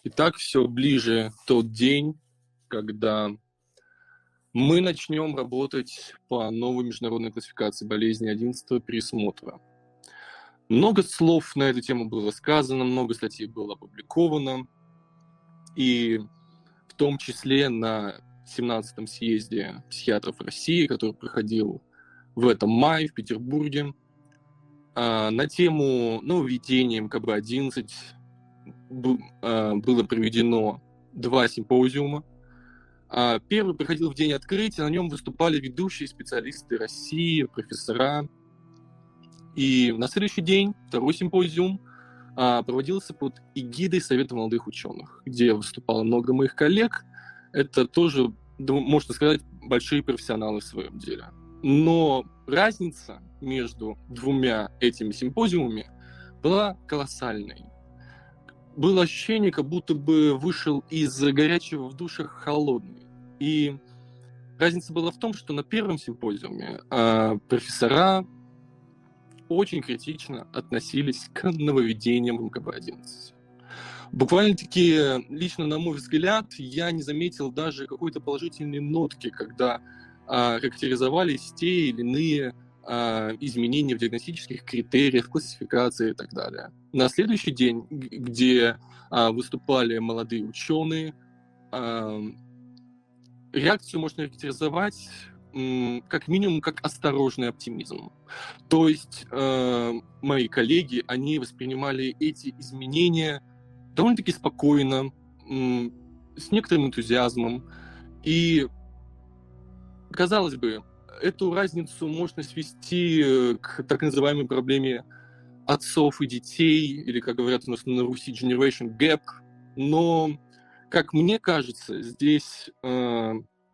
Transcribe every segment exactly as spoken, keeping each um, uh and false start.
Итак, все ближе тот день, когда мы начнем работать по новой международной классификации болезней одиннадцатого пересмотра. Много слов на эту тему было сказано, много статей было опубликовано, и в том числе на семнадцатом съезде психиатров России, который проходил в этом мае в Петербурге, на тему нововведения эм ка бэ одиннадцать было проведено два симпозиума. Первый проходил в день открытия, на нем выступали ведущие специалисты России, профессора. И на следующий день второй симпозиум проводился под эгидой Совета молодых ученых, где выступало много моих коллег. Это тоже, можно сказать, большие профессионалы в своем деле. Но разница между двумя этими симпозиумами была колоссальной. Было ощущение, как будто бы вышел из горячего в душе холодный. И разница была в том, что на первом симпозиуме э, профессора очень критично относились к нововведениям эм ка бэ одиннадцать. Буквально-таки, лично на мой взгляд, я не заметил даже какой-то положительной нотки, когда э, характеризовались те или иные изменения в диагностических критериях, классификации и так далее. На следующий день, где а, выступали молодые ученые, а, реакцию можно характеризовать м, как минимум как осторожный оптимизм. То есть э, мои коллеги, они воспринимали эти изменения довольно-таки спокойно, м, с некоторым энтузиазмом. И, казалось бы, эту разницу можно свести к так называемой проблеме отцов и детей, или, как говорят у нас на Руси, generation gap. Но, как мне кажется, здесь э,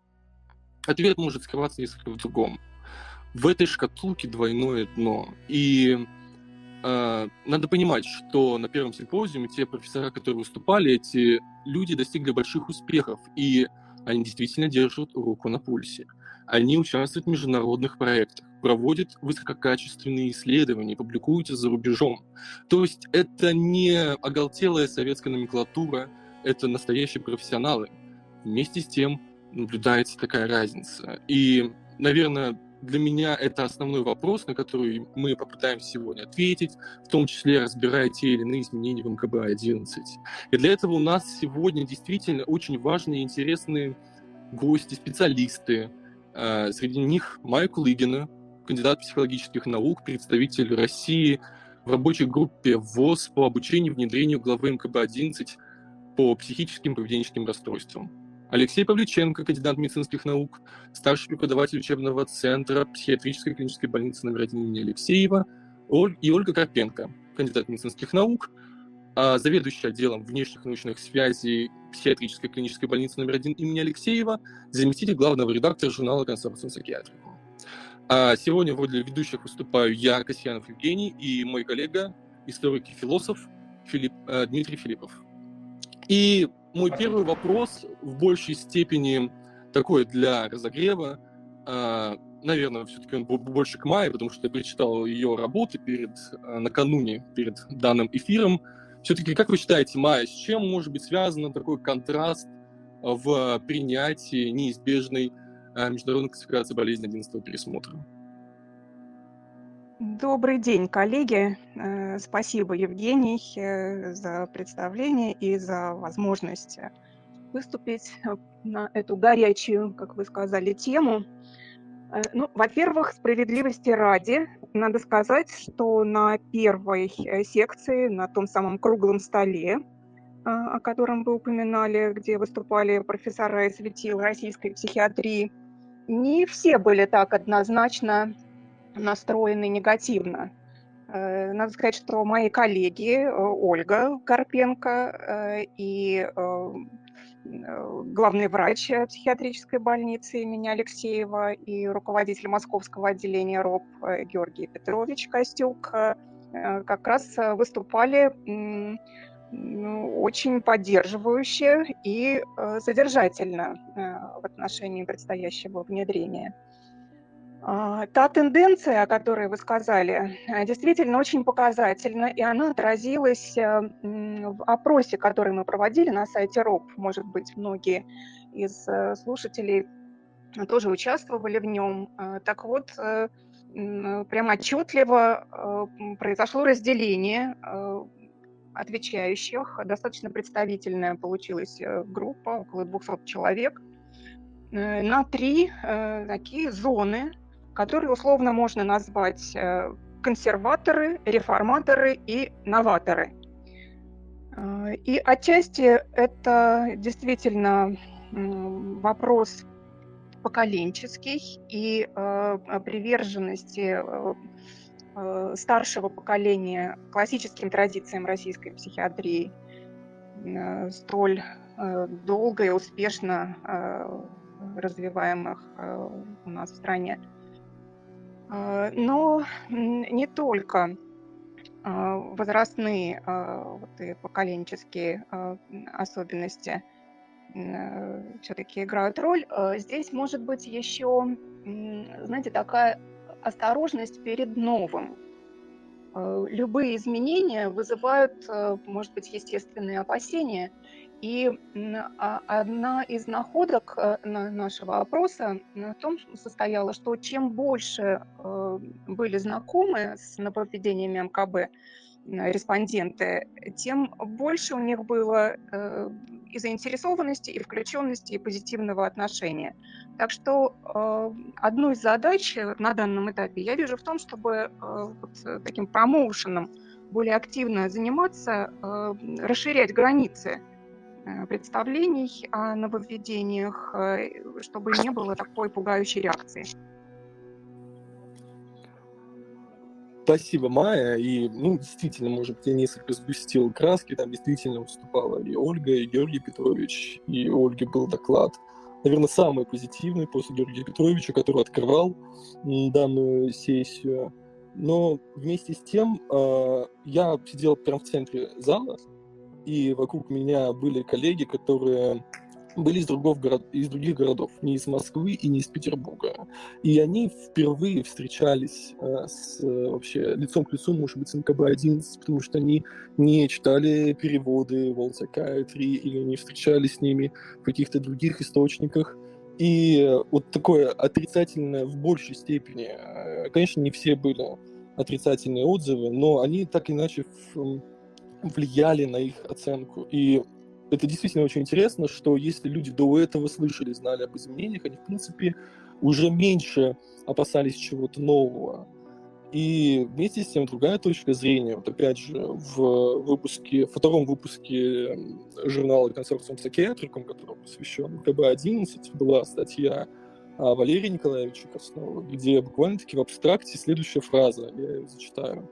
ответ может скрываться несколько в другом. В этой шкатулке двойное дно. И э, надо понимать, что на первом симпозиуме те профессора, которые выступали, эти люди достигли больших успехов, и они действительно держат руку на пульсе. Они участвуют в международных проектах, проводят высококачественные исследования, публикуются за рубежом. То есть это не оголтелая советская номенклатура, это настоящие профессионалы. Вместе с тем наблюдается такая разница. И, наверное, для меня это основной вопрос, на который мы попытаемся сегодня ответить, в том числе разбирая те или иные изменения в эм ка бэ одиннадцать. И для этого у нас сегодня действительно очень важные и интересные гости, специалисты. Среди них Майкл Игина, кандидат психологических наук, представитель России в рабочей группе ВОЗ по обучению и внедрению главы эм ка бэ одиннадцать по психическим и поведенческим расстройствам. Алексей Павличенко, кандидат медицинских наук, старший преподаватель учебного центра психиатрической клинической больницы номер один имени Алексеева, и Ольга Карпенко, кандидат медицинских наук, заведующий отделом внешних научных связей психиатрической клинической больницы номер один имени Алексеева, заместитель главного редактора журнала «Консервативная психиатрия». А сегодня в роли ведущих выступаю я, Касьянов Евгений, и мой коллега, историк и философ Филипп, э, Дмитрий Филиппов. И мой первый вопрос в большей степени такой для разогрева. Э, наверное, все-таки он больше к Майе, потому что я прочитал ее работы перед, накануне, перед данным эфиром. Все-таки, как вы считаете, Майя, с чем может быть связан такой контраст в принятии неизбежной международной классификации болезней одиннадцатого пересмотра? Добрый день, коллеги. Спасибо, Евгений, за представление и за возможность выступить на эту горячую, как вы сказали, тему. Ну, во-первых, справедливости ради, надо сказать, что на первой секции, на том самом круглом столе, о котором вы упоминали, где выступали профессора и светила российской психиатрии, не все были так однозначно настроены негативно. Надо сказать, что мои коллеги Ольга Карпенко и главный врач психиатрической больницы имени Алексеева и руководитель московского отделения РОП Георгий Петрович Костюк как раз выступали очень поддерживающе и содержательно в отношении предстоящего внедрения. А, Та тенденция, о которой вы сказали, э, действительно очень показательна, и она отразилась э, м, в опросе, который мы проводили на сайте РОП. Может быть, многие из э, слушателей тоже участвовали в нем. Э, Так вот, э, м, прямо отчетливо э, м, произошло разделение э, отвечающих. Достаточно представительная получилась э, группа, около двухсот человек, э, на три э, такие зоны, которые условно можно назвать э, консерваторы, реформаторы и новаторы. Э, И отчасти это действительно м, вопрос поколенческий и э, приверженности э, э, старшего поколения классическим традициям российской психиатрии, э, столь э, долго и успешно э, развиваемых э, у нас в стране. Э, Но м, не только э, возрастные э, вот и поколенческие э, особенности все-таки играют роль. Э, Здесь может быть еще, м, знаете, такая осторожность перед новым. Э, Любые изменения вызывают, э, может быть, естественные опасения. И м, а- одна из находок э, на- нашего опроса в том состояла, что чем больше э, были знакомы с нововведениями эм ка бэ э, респонденты, тем больше у них было э, и заинтересованности, и включенности, и позитивного отношения. Так что э, одну из задач э, на данном этапе я вижу в том, чтобы э, вот э, таким промоушеном более активно заниматься, э, расширять границы э, представлений о нововведениях, э, чтобы не было такой пугающей реакции. Спасибо, Майя. И, ну, действительно, может быть, я несколько сгустил краски. Там действительно выступала и Ольга, и Георгий Петрович. И у Ольги был доклад, наверное, самый позитивный после Георгия Петровича, который открывал м, данную сессию. Но вместе с тем э, я сидел прямо в центре зала, и вокруг меня были коллеги, которые были из, других город, из других городов, не из Москвы и не из Петербурга. И они впервые встречались э, с, э, вообще лицом к лицу, может быть, с эм ка бэ одиннадцать, потому что они не читали переводы World Psychiatry или не встречались с ними в каких-то других источниках. И э, вот такое отрицательное в большей степени, э, конечно, не все были отрицательные отзывы, но они так или иначе в, влияли на их оценку. И это действительно очень интересно, что если люди до этого слышали, знали об изменениях, они, в принципе, уже меньше опасались чего-то нового. И вместе с тем другая точка зрения, вот опять же, в выпуске, в втором выпуске журнала Consortium Psychiatricum, который посвящен ка бэ одиннадцать, была статья Валерия Николаевича Краснова, где буквально-таки в абстракте следующая фраза, я ее зачитаю.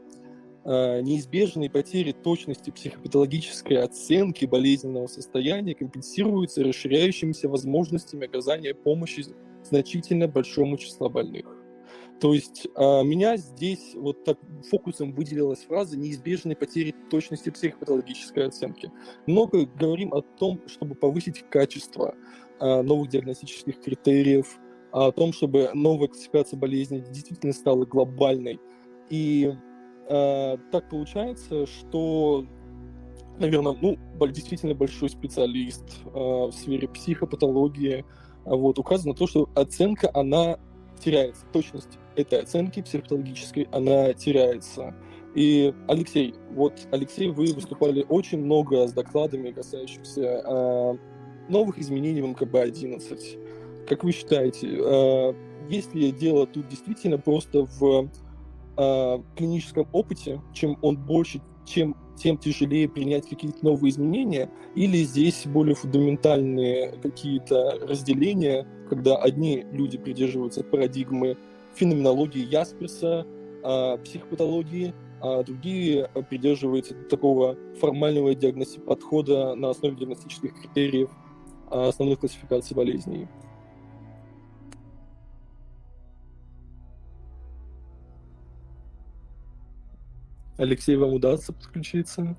Неизбежные потери точности психопатологической оценки болезненного состояния компенсируются расширяющимися возможностями оказания помощи значительно большому числу больных. То есть а, меня здесь вот так фокусом выделилась фраза «неизбежные потери точности психопатологической оценки». Много говорим о том, чтобы повысить качество а, новых диагностических критериев, о том, чтобы новая классификация болезней действительно стала глобальной. И а, так получается, что, наверное, ну, действительно большой специалист а, в сфере психопатологии а, вот, указано на то, что оценка, она теряется, точность этой оценки психопатологической, она теряется. И, Алексей, вот, Алексей, вы выступали очень много с докладами, касающимися э, новых изменений в эм ка бэ одиннадцать. Как вы считаете, э, есть ли дело тут действительно просто в э, клиническом опыте, чем он больше, чем, тем тяжелее принять какие-то новые изменения, или здесь более фундаментальные какие-то разделения, когда одни люди придерживаются парадигмы феноменологии Ясперса, э, психопатологии, а другие придерживаются такого формального диагности- подхода на основе диагностических критериев э, основных классификаций болезней. Алексей, вам удастся подключиться?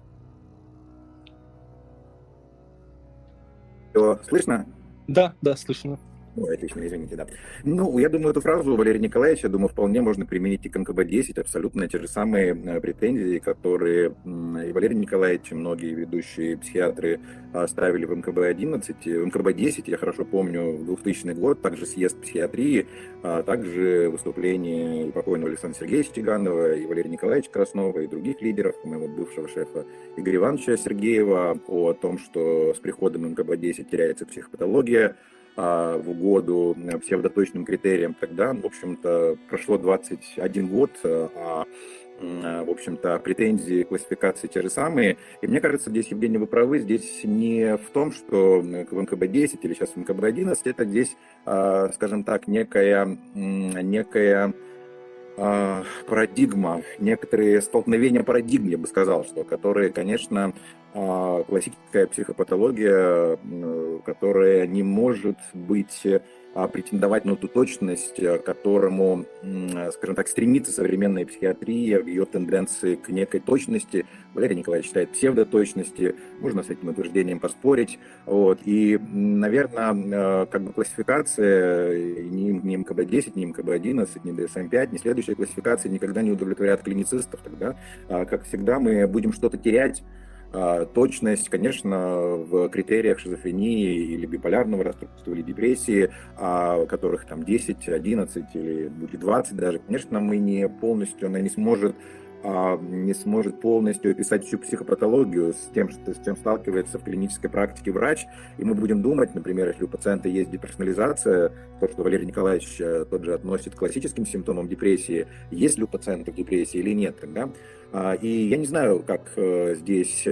Алло, слышно? Да, да, слышно. Ой, отлично, извините, да. Ну, я думаю, эту фразу Валерия Николаевича, я думаю, вполне можно применить и к эн ка бэ десять, абсолютно те же самые претензии, которые и Валерий Николаевич, и многие ведущие психиатры ставили в эм ка бэ одиннадцать. В эм ка бэ десять, я хорошо помню, в двухтысячный год, также съезд психиатрии, а также выступление и покойного Александра Сергеевича Тиганова, и Валерия Николаевича Краснова, и других лидеров, моего бывшего шефа Игоря Ивановича Сергеева, о том, что с приходом эм ка бэ десять теряется психопатология, в угоду псевдоточным критериям. Тогда, в общем-то, прошло двадцать один год, а, в общем-то, претензии классификации те же самые. И мне кажется, здесь, Евгений, вы правы, здесь не в том, что в эм ка бэ десять или сейчас в эм ка бэ одиннадцать, это здесь, скажем так, некая, некая парадигма, некоторые столкновения парадигм, я бы сказал, что, которые, конечно, классическая психопатология, которая не может быть, претендовать на ту точность, к которому, скажем так, стремится современная психиатрия, ее тенденции к некой точности. Валерий Николаевич считает псевдоточности, можно с этим утверждением поспорить. Вот. И, наверное, как бы классификация ни, ни эм ка бэ десять, ни эм ка бэ одиннадцать, ни ди эс эм пять, ни следующие классификации никогда не удовлетворят клиницистов. Тогда, как всегда, мы будем что-то терять. Точность, конечно, в критериях шизофрении или биполярного расстройства, или депрессии, которых там десять, одиннадцать или будет двадцать даже, конечно, мы не полностью, она не сможет не сможет полностью описать всю психопатологию с тем, что, с чем сталкивается в клинической практике врач. И мы будем думать, например, если у пациента есть деперсонализация, то, что Валерий Николаевич тот же относит к классическим симптомам депрессии, есть ли у пациента депрессия или нет тогда. И я не знаю, как здесь,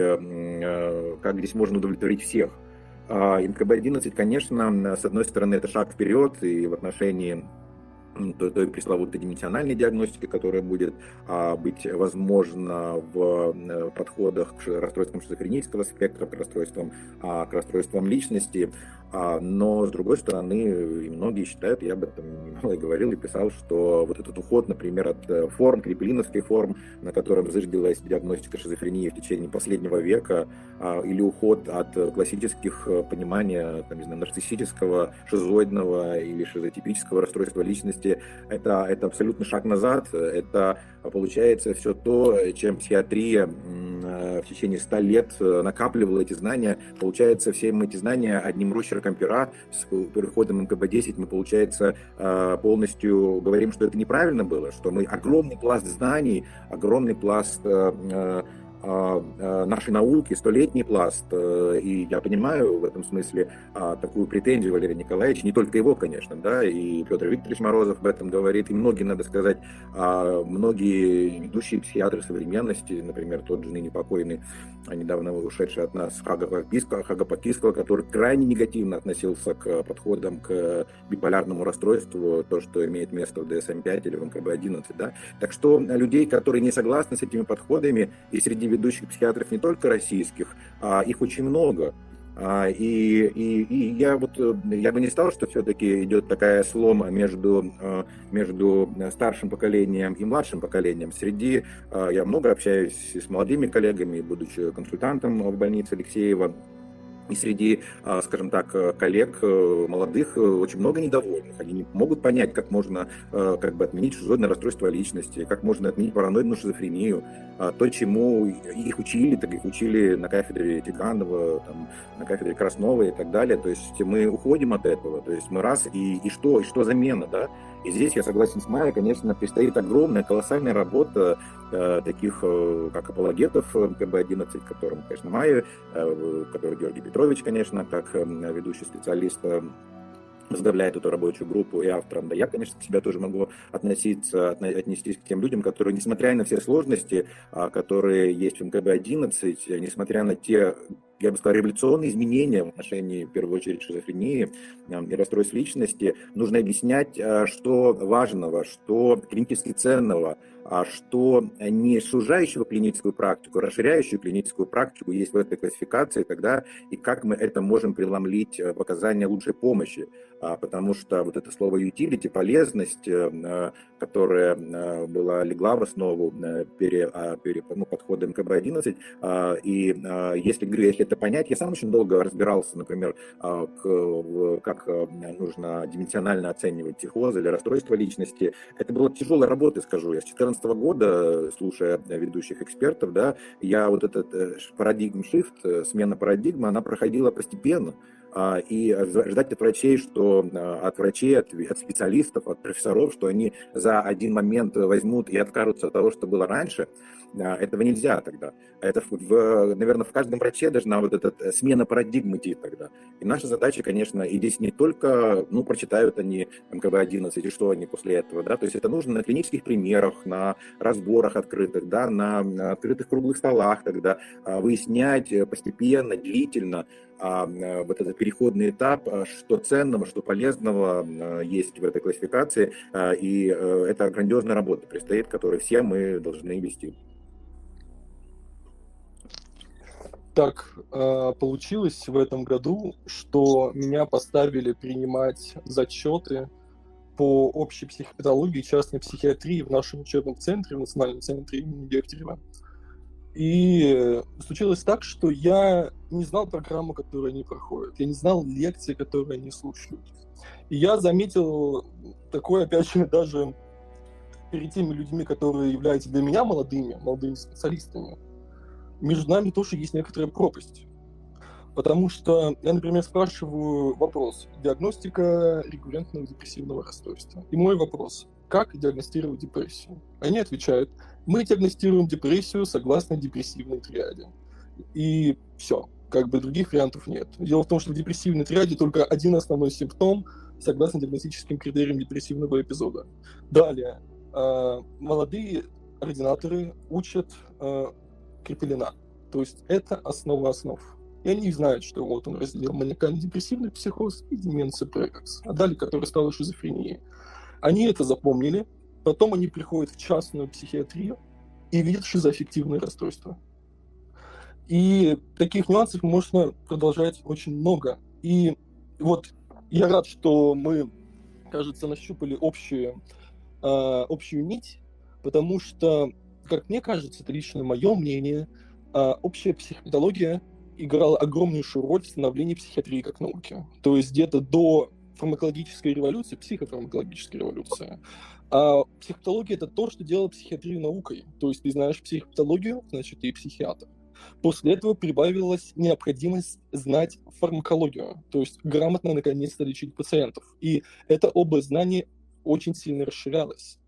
как здесь можно удовлетворить всех. эм ка бэ одиннадцать, конечно, с одной стороны, это шаг вперед и в отношении той, той пресловутой дименsionальной диагностики, которая будет а, быть возможна в а, подходах к расстройствам шизофренического спектра, к расстройствам, а, к расстройствам личности. А, но, с другой стороны, и многие считают, я об этом немало и говорил, и писал, что вот этот уход, например, от форм, крепелиновских форм, на котором зыждилась диагностика шизофрении в течение последнего века, а, или уход от классических понимания, там, не знаю, нарциссического, шизоидного или шизотипического расстройства личности, это, это абсолютно шаг назад, это получается все то, чем психиатрия в течение ста лет накапливала эти знания, получается, все эти знания одним росчерком пера, с переходом эм ка бэ десять мы, получается, полностью говорим, что это неправильно было, что мы огромный пласт знаний, огромный пласт нашей науки, столетний пласт, и я понимаю в этом смысле такую претензию Валерия Николаевича, не только его, конечно, да, и Петр Викторович Морозов об этом говорит, и многие, надо сказать, многие ведущие психиатры современности, например, тот же ныне покойный, недавно ушедший от нас Хага Покискал, который крайне негативно относился к подходам к биполярному расстройству, то, что имеет место в ди эс эм пять или в эм ка бэ одиннадцать, да. Так что людей, которые не согласны с этими подходами, и среди ведущих психиатров не только российских, а их очень много. А, и, и, и я вот я бы не сказал, что все-таки идет такая слом между, между старшим поколением и младшим поколением. Среди я много общаюсь с молодыми коллегами, будучи консультантом в больнице Алексеева. И среди, скажем так, коллег молодых очень много недовольных. Они не могут понять, как можно как бы отменить шизоидное расстройство личности, как можно отменить параноидную шизофрению. То, чему их учили, так их учили на кафедре Тиганова, там, на кафедре Краснова и так далее. То есть мы уходим от этого. То есть мы раз, и, и что, и что замена, да? И здесь я согласен с Майей, конечно, предстоит огромная, колоссальная работа э, таких, э, как апологетов эм ка бэ одиннадцать, которым, конечно, Майя, э, который Георгий Петрович, конечно, как э, ведущий специалист, э, возглавляет эту рабочую группу и автором. Да, я, конечно, к себя тоже могу относиться, отнестись к тем людям, которые, несмотря на все сложности, которые есть в эм ка бэ одиннадцать, несмотря на те, я бы сказал, революционные изменения в отношении, в первую очередь, шизофрении и расстройств личности, нужно объяснять, что важного, что клинически ценного что не сужающего клиническую практику, расширяющую клиническую практику есть в этой классификации, тогда и как мы это можем преломлить в оказание лучшей помощи. Потому что вот это слово utility, полезность, которая была, легла в основу пере, пере, ну, подхода эм ка бэ одиннадцать, и если, если это понять, я сам очень долго разбирался, например, как нужно дименsionально оценивать психоз или расстройство личности. Это была тяжелая работа, скажу я. С две тысячи четырнадцатого года, слушая ведущих экспертов, да, я вот этот парадигм-шифт, смена парадигмы, она проходила постепенно. И ждать от врачей, что от врачей, от, от специалистов, от профессоров, что они за один момент возьмут и откажутся от того, что было раньше, этого нельзя тогда. Это, в, наверное, в каждом враче должна вот эта смена парадигмы идти тогда. И наша задача, конечно, и здесь не только, ну, прочитают они эм ка бэ одиннадцать, и что они после этого, да, то есть это нужно на клинических примерах, на разборах открытых, да, на открытых круглых столах тогда выяснять постепенно, длительно, вот этот переходный этап, что ценного, что полезного есть в этой классификации, и это грандиозная работа предстоит, которую все мы должны вести. Так получилось в этом году, что меня поставили принимать зачеты по общей психопатологии и частной психиатрии в нашем учебном центре, в Национальном центре имени Бехтерева. И случилось так, что я не знал программу, которую они проходят. Я не знал лекции, которые они слушают. И я заметил такое, опять же, даже перед теми людьми, которые являются для меня молодыми, молодыми специалистами. Между нами тоже есть некоторая пропасть. Потому что я, например, спрашиваю вопрос: диагностика рекуррентного депрессивного расстройства. И мой вопрос: как диагностировать депрессию? Они отвечают: мы диагностируем депрессию согласно депрессивной триаде. И все, как бы других вариантов нет. Дело в том, что в депрессивной триаде только один основной симптом согласно диагностическим критериям депрессивного эпизода. Далее, э, молодые ординаторы учат э, Крепелина. То есть это основа основ. И они знают, что вот он разделил маниакально-депрессивный психоз и деменцию прекокс, а далее, который стал шизофренией. Они это запомнили, потом они приходят в частную психиатрию и видят шизоаффективное расстройство. И таких нюансов можно продолжать очень много. И вот я рад, что мы, кажется, нащупали общую, э, общую нить, потому что, как мне кажется, это лично мое мнение, э, общая психопатология играла огромнейшую роль в становлении психиатрии как науки. То есть где-то до фармакологической революции, психофармакологической революции, а психопатология — это то, что делало психиатрию наукой. То есть ты знаешь психопатологию, значит, ты психиатр. После этого прибавилась необходимость знать фармакологию, то есть грамотно наконец-то лечить пациентов. И эта область знаний очень сильно расширялась.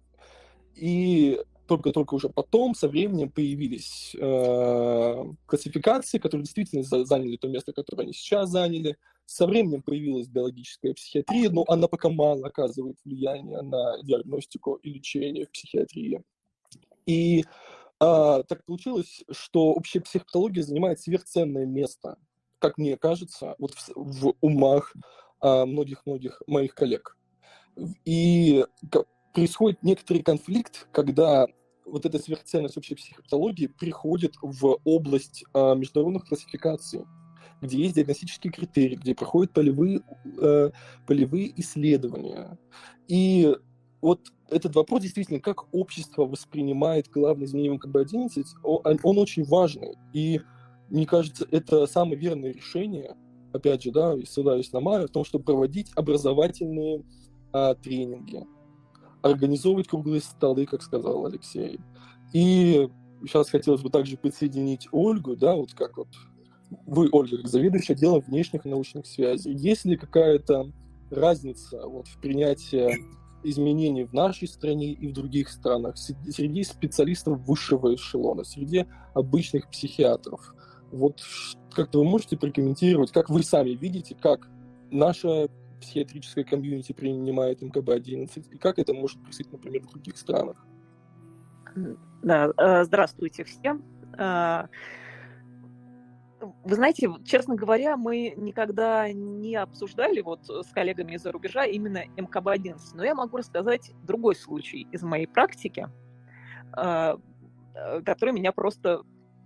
И только-только уже потом, со временем, появились э, классификации, которые действительно заняли то место, которое они сейчас заняли. Со временем появилась биологическая психиатрия, но она пока мало оказывает влияние на диагностику и лечение в психиатрии. И э, так получилось, что общая психопатология занимает сверхценное место, как мне кажется, вот в, в умах э, многих-многих моих коллег. И происходит некоторый конфликт, когда вот эта сверхценность общей психопатологии приходит в область э, международных классификаций, где есть диагностические критерии, где проходят полевые, э, полевые исследования. И вот этот вопрос действительно, как общество воспринимает главное изменение эм ка бэ одиннадцать, он, он очень важный. И мне кажется, это самое верное решение, опять же, да, ссылаюсь на Майю, в том, чтобы проводить образовательные э, тренинги, организовывать круглые столы, как сказал Алексей. И сейчас хотелось бы также подсоединить Ольгу, да, вот как вот вы, Ольга, как заведующая отделом внешних научных связей. Есть ли какая-то разница вот в принятии изменений в нашей стране и в других странах среди специалистов высшего эшелона, среди обычных психиатров? Вот как-то вы можете прокомментировать, как вы сами видите, как наша психиатрическая комьюнити принимает эм ка бэ одиннадцать, и как это может происходить, например, в других странах? Да, здравствуйте всем. Вы знаете, честно говоря, мы никогда не обсуждали вот с коллегами из-за рубежа именно эм ка бэ одиннадцать, но я могу рассказать другой случай из моей практики. который меня просто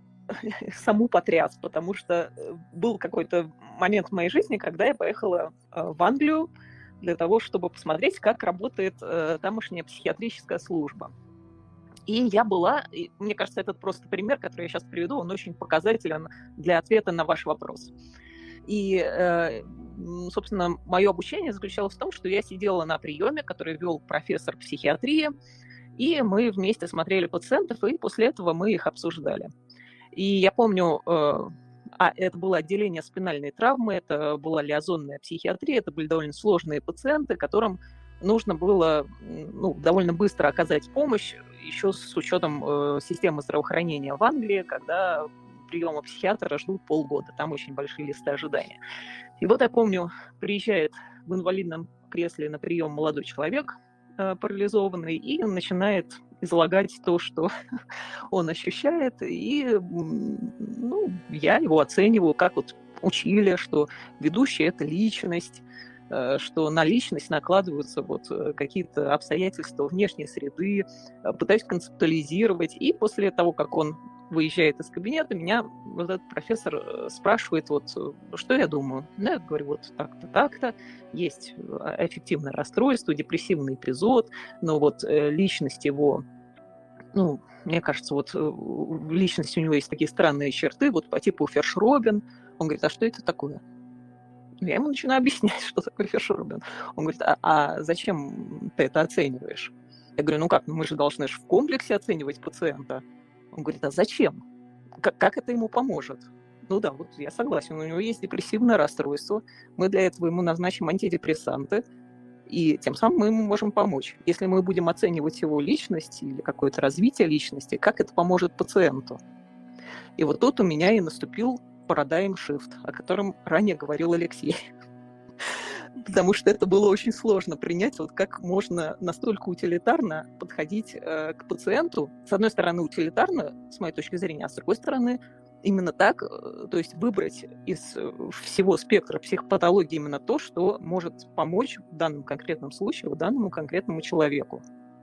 саму потряс, потому что был какой-то момент в моей жизни, когда я поехала в Англию для того, чтобы посмотреть, как работает тамошняя психиатрическая служба. И я была, и мне кажется, этот просто пример, который я сейчас приведу, он очень показателен для ответа на ваш вопрос. И, собственно, мое обучение заключалось в том, что я сидела на приеме, который вел профессор психиатрии, и мы вместе смотрели пациентов, и после этого мы их обсуждали. И я помню, а это было отделение спинальной травмы, это была лиазонная психиатрия, это были довольно сложные пациенты, которым нужно было ну, довольно быстро оказать помощь, еще с учетом э, системы здравоохранения в Англии, когда приема психиатра ждут полгода, там очень большие листы ожидания. И вот я помню, приезжает в инвалидном кресле на прием молодой человек, э, парализованный, и начинает излагать то, что он ощущает, и ну, я его оцениваю, как вот учили, что ведущий – это личность, что на личность накладываются вот какие-то обстоятельства внешней среды, пытаюсь концептуализировать, и после того, как он выезжает из кабинета, меня вот этот профессор спрашивает, вот, что я думаю. Ну, я говорю, вот так-то, так-то, есть аффективное расстройство, депрессивный эпизод, но вот личность его, ну, мне кажется, вот в личности у него есть такие странные черты, вот по типу Фершробин. Он говорит, а что это такое? Я ему начинаю объяснять, что такое Фершробин. Он говорит, а, а зачем ты это оцениваешь? Я говорю, ну как, ну мы же должны в комплексе оценивать пациента. Он говорит, а зачем? Как, как это ему поможет? Ну да, вот я согласен, у него есть депрессивное расстройство, мы для этого ему назначим антидепрессанты, и тем самым мы ему можем помочь. Если мы будем оценивать его личность или какое-то развитие личности, как это поможет пациенту? И вот тут у меня и наступил paradigm shift, о котором ранее говорил Алексей. Потому что это было очень сложно принять, вот как можно настолько утилитарно подходить э, к пациенту. С одной стороны, утилитарно, с моей точки зрения, а с другой стороны, именно так, э, то есть выбрать из всего спектра психопатологии именно то, что может помочь в данном конкретном случае, в данному конкретному человеку.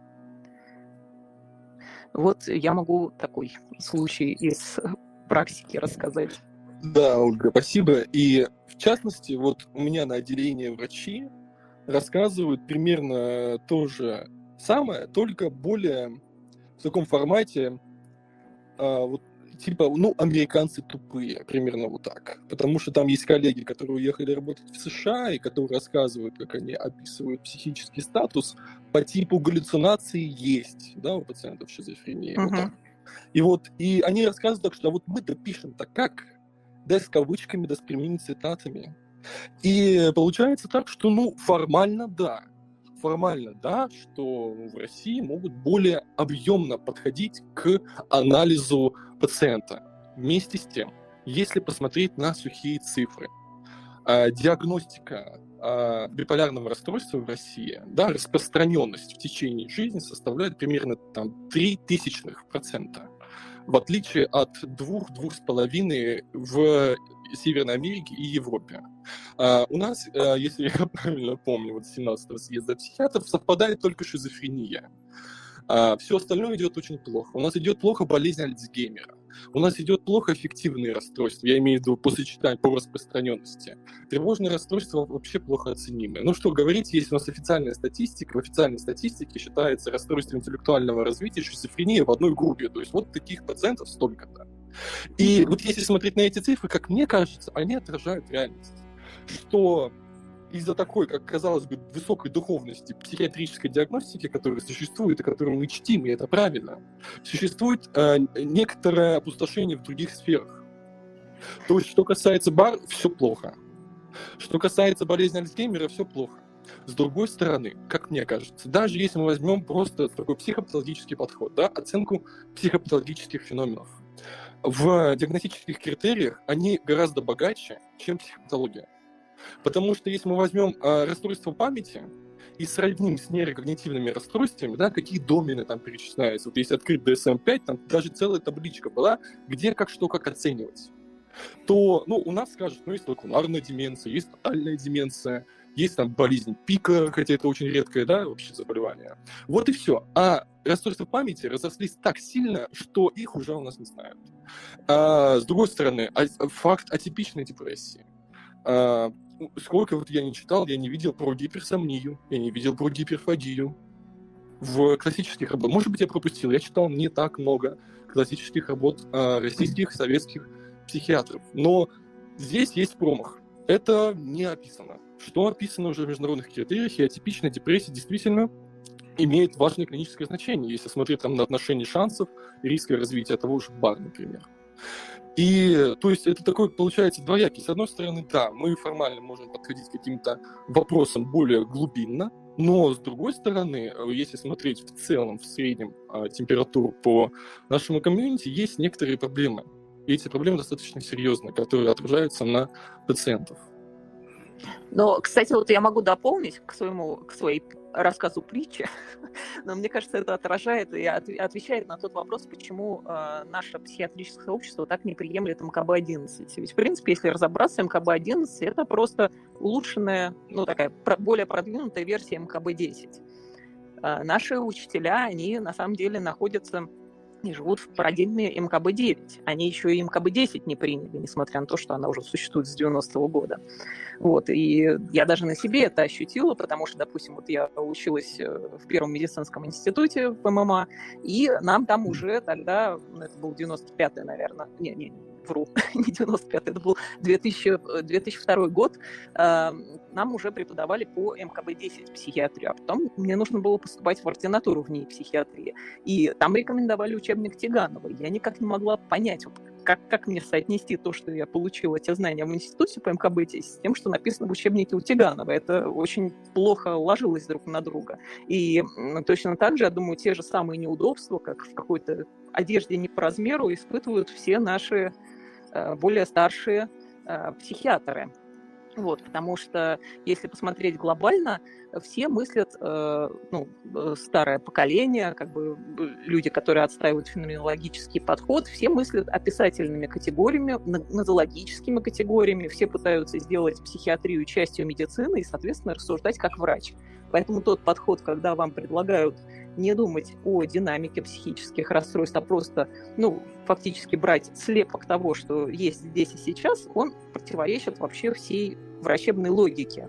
Вот я могу такой случай из практики рассказать. Да, Ольга, спасибо. И в частности, вот у меня на отделении врачи рассказывают примерно то же самое, только более в таком формате, а, вот, типа, ну, американцы тупые, примерно вот так. Потому что там есть коллеги, которые уехали работать в США, и которые рассказывают, как они описывают психический статус по типу галлюцинации есть, да, у пациентов шизофрении. Uh-huh. Вот так. И вот, и они рассказывают так, что а вот мы-то пишем-то как? Да, с кавычками, да, с прямыми цитатами. И получается так, что, ну, формально да. Формально да, что в России могут более объемно подходить к анализу пациента. Вместе с тем, если посмотреть на сухие цифры, диагностика биполярного расстройства в России, да, распространенность в течение жизни составляет примерно там три тысячных процента. В отличие от двух-двух с половиной в Северной Америке и Европе. А, у нас, а, если я правильно помню, вот с семнадцатого съезда психиатров совпадает только шизофрения. А, все остальное идет очень плохо. У нас идет плохо болезнь Альцгеймера. У нас идет плохо эффективные расстройства, я имею в виду по сочетанию, по распространенности. Тревожные расстройства вообще плохо оценимы. Ну что говорить, есть у нас официальная статистика. В официальной статистике считается расстройство интеллектуального развития, шизофрения в одной группе. То есть вот таких пациентов столько-то. И вот если смотреть на эти цифры, как мне кажется, они отражают реальность. Что из-за такой, как казалось бы, высокой духовности психиатрической диагностики, которая существует и которую мы чтим, и это правильно, существует э, некоторое опустошение в других сферах. То есть, что касается бар, все плохо. Что касается болезни Альцгеймера, все плохо. С другой стороны, как мне кажется, даже если мы возьмем просто такой психопатологический подход, да, оценку психопатологических феноменов, в диагностических критериях они гораздо богаче, чем психопатология. Потому что если мы возьмем э, расстройство памяти и сравним с нейрокогнитивными расстройствами, да, какие домены там перечисляются. Вот если открыть ди эс эм пять, там даже целая табличка была, где как что, как оценивать. То, ну, у нас скажут, ну, есть лакунарная деменция, есть тотальная деменция, есть там болезнь пика, хотя это очень редкое, да, вообще заболевание. Вот и все. А расстройства памяти разрослись так сильно, что их уже у нас не знают. А, с другой стороны, факт атипичной депрессии. А, сколько вот я не читал, я не видел про гиперсомнию, я не видел про гиперфагию в классических работах. Может быть, я пропустил, я читал не так много классических работ а, российских, советских психиатров. Но здесь есть промах. Это не описано. Что описано уже в международных критериях, и атипичная депрессия действительно имеет важное клиническое значение, если смотреть там на отношение шансов и риска развития того же БАР, например. И, то есть, это такой, получается, двоякий. С одной стороны, да, мы формально можем подходить к каким-то вопросам более глубинно, но, с другой стороны, если смотреть в целом, в среднем температуру по нашему комьюнити, есть некоторые проблемы. И эти проблемы достаточно серьезные, которые отражаются на пациентов. Но, кстати, вот я могу дополнить к своему, к своей рассказу притчи, но мне кажется, это отражает и отвечает на тот вопрос, почему э, наше психиатрическое сообщество так не приемлет эм ка бэ одиннадцать. Ведь, в принципе, если разобраться, эм ка бэ одиннадцать это просто улучшенная, ну, такая более продвинутая версия эм ка бэ десять. Э, наши учителя, они на самом деле находятся и живут в парадигме эм ка бэ девять. Они еще и эм ка бэ десять не приняли, несмотря на то, что она уже существует с девяностого года. Вот. И я даже на себе это ощутила, потому что, допустим, вот я училась в Первом медицинском институте в эм эм а, и нам там уже тогда, ну, это был девяносто пятый, наверное, не, не, вру, не девяносто пятый, это был две тысячи, две тысячи второй год, э, нам уже преподавали по эм ка бэ десять психиатрию, а потом мне нужно было поступать в ординатуру в НИИ психиатрии, и там рекомендовали учебник Тиганова. Я никак не могла понять, вот, как, как мне соотнести то, что я получила, эти знания в институте по эм ка бэ десять, с тем, что написано в учебнике у Тиганова. Это очень плохо ложилось друг на друга. И точно так же, я думаю, те же самые неудобства, как в какой-то одежде не по размеру, испытывают все наши э, более старшие э, психиатры. Вот, потому что, если посмотреть глобально, все мыслят, э, ну, старое поколение, как бы люди, которые отстаивают феноменологический подход, все мыслят описательными категориями, нозологическими категориями, все пытаются сделать психиатрию частью медицины и, соответственно, рассуждать как врач. Поэтому тот подход, когда вам предлагают не думать о динамике психических расстройств, а просто, ну, фактически брать слепок того, что есть здесь и сейчас, он противоречит вообще всей врачебной логике.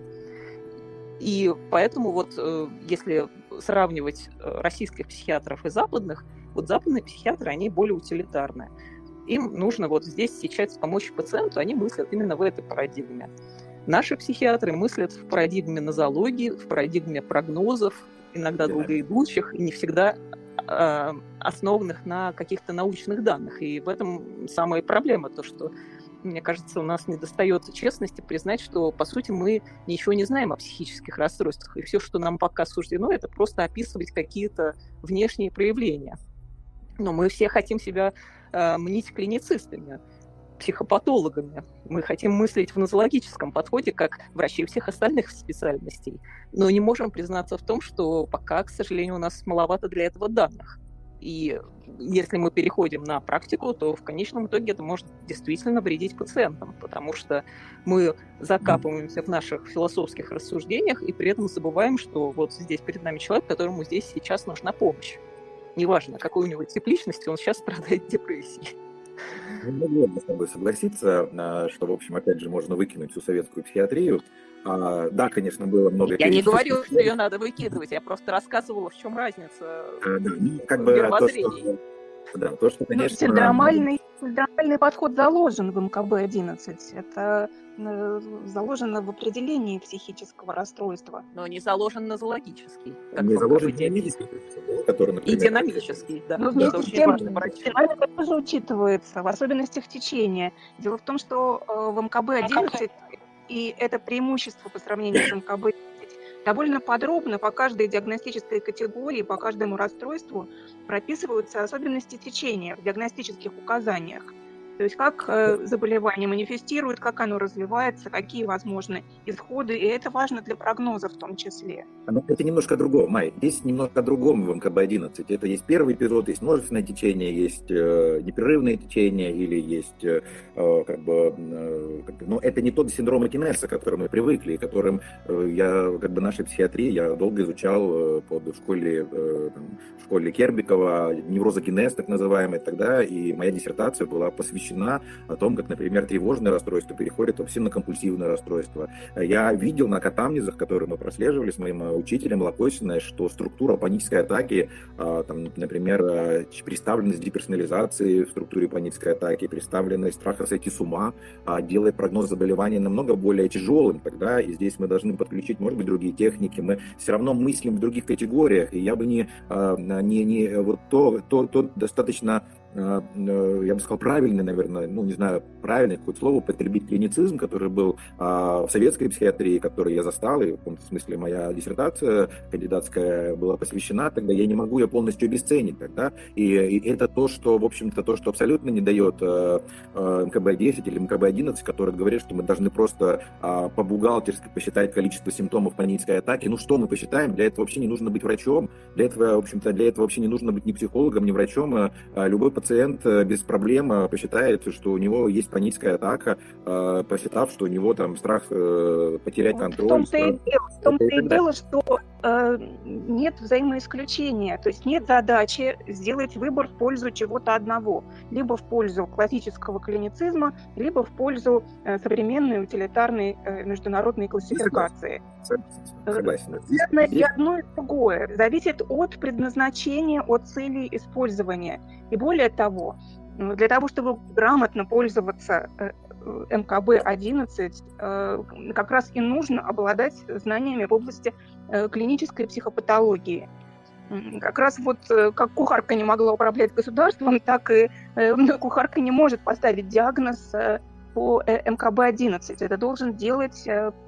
И поэтому вот если сравнивать российских психиатров и западных, вот западные психиатры, они более утилитарные. Им нужно вот здесь сейчас помочь пациенту, они мыслят именно в этой парадигме. Наши психиатры мыслят в парадигме нозологии, в парадигме прогнозов, иногда долгоидущих и не всегда э, основанных на каких-то научных данных. И в этом самая проблема, то, что, мне кажется, у нас недостает честности признать, что, по сути, мы ничего не знаем о психических расстройствах. И все, что нам пока суждено, это просто описывать какие-то внешние проявления. Но мы все хотим себя э, мнить клиницистами, психопатологами. Мы хотим мыслить в нозологическом подходе, как врачи всех остальных специальностей. Но не можем признаться в том, что пока, к сожалению, у нас маловато для этого данных. И если мы переходим на практику, то в конечном итоге это может действительно вредить пациентам, потому что мы закапываемся в наших философских рассуждениях и при этом забываем, что вот здесь перед нами человек, которому здесь сейчас нужна помощь. Неважно, какой у него тип личности, он сейчас страдает депрессией. Не могу с тобой согласиться, что, в общем, опять же, можно выкинуть всю советскую психиатрию. А, да, конечно, было много... Я не говорю, что ее надо выкидывать, я просто рассказывала, в чем разница а, да, ну, как бы то, что, да, то, что, конечно... Ну, синдромальный, синдромальный подход заложен в эм ка бэ одиннадцать. Это заложено в определении психического расстройства. Но не заложен нозологический. Не заложен динамический, который, например... И динамический, да. Но вместе с тем, динамика тоже учитывается, в особенностях течения. Дело в том, что в эм ка бэ одиннадцать, и это преимущество по сравнению с эм ка бэ десять, довольно подробно по каждой диагностической категории, по каждому расстройству прописываются особенности течения в диагностических указаниях. То есть как э, заболевание манифестирует, как оно развивается, какие возможны исходы, и это важно для прогноза в том числе. Но это немножко другое, Май. Здесь немножко другом в эм ка бэ одиннадцать. Это есть первый эпизод, есть множественное течение, есть э, непрерывное течение или есть э, как бы... Э, как бы ну, это не тот синдром Акинеса, к которому мы привыкли, которым э, я, как бы, нашей психиатрии я долго изучал э, под, в школе, э, там, в школе Кербикова, неврозогенез так называемый тогда, и моя диссертация была посвящена о том, как, например, тревожное расстройство переходит в обсессивно-компульсивное расстройство. Я видел на катамнезах, которые мы прослеживали с моим учителем Локосиной, что структура панической атаки, там, например, представленность деперсонализации в структуре панической атаки, представленность страха сойти с ума, делает прогноз заболевания намного более тяжелым тогда, и здесь мы должны подключить, может быть, другие техники, мы все равно мыслим в других категориях, и я бы не, не, не вот то, то, то достаточно, я бы сказал, правильный, наверное, ну, не знаю, правильное какое-то слово, употребить клиницизм, который был а, в советской психиатрии, который я застал, и в каком-то смысле моя диссертация кандидатская была посвящена, тогда я не могу ее полностью обесценить тогда, и, и это то, что, в общем-то, то, что абсолютно не дает а, а, эм ка бэ десять или эм ка бэ одиннадцать, который говорит, что мы должны просто а, по-бухгалтерски посчитать количество симптомов панической атаки. Ну, что мы посчитаем? Для этого вообще не нужно быть врачом, для этого, в общем-то, для этого вообще не нужно быть ни психологом, ни врачом, а, а любой пациент без проблем посчитает, что у него есть паническая атака, посчитав, что у него там страх потерять контроль. В том-то и дело, в том-то и дело, что э, нет взаимоисключения, то есть нет задачи сделать выбор в пользу чего-то одного, либо в пользу классического клиницизма, либо в пользу э, современной утилитарной э, международной классификации. Согласен. Верно, и одно, и другое. Зависит от предназначения, от целей использования. И более того, для того, чтобы грамотно пользоваться эм ка бэ одиннадцать, как раз и нужно обладать знаниями в области клинической психопатологии. Как раз вот как кухарка не могла управлять государством, так и кухарка не может поставить диагноз по эм ка бэ одиннадцать. Это должен делать,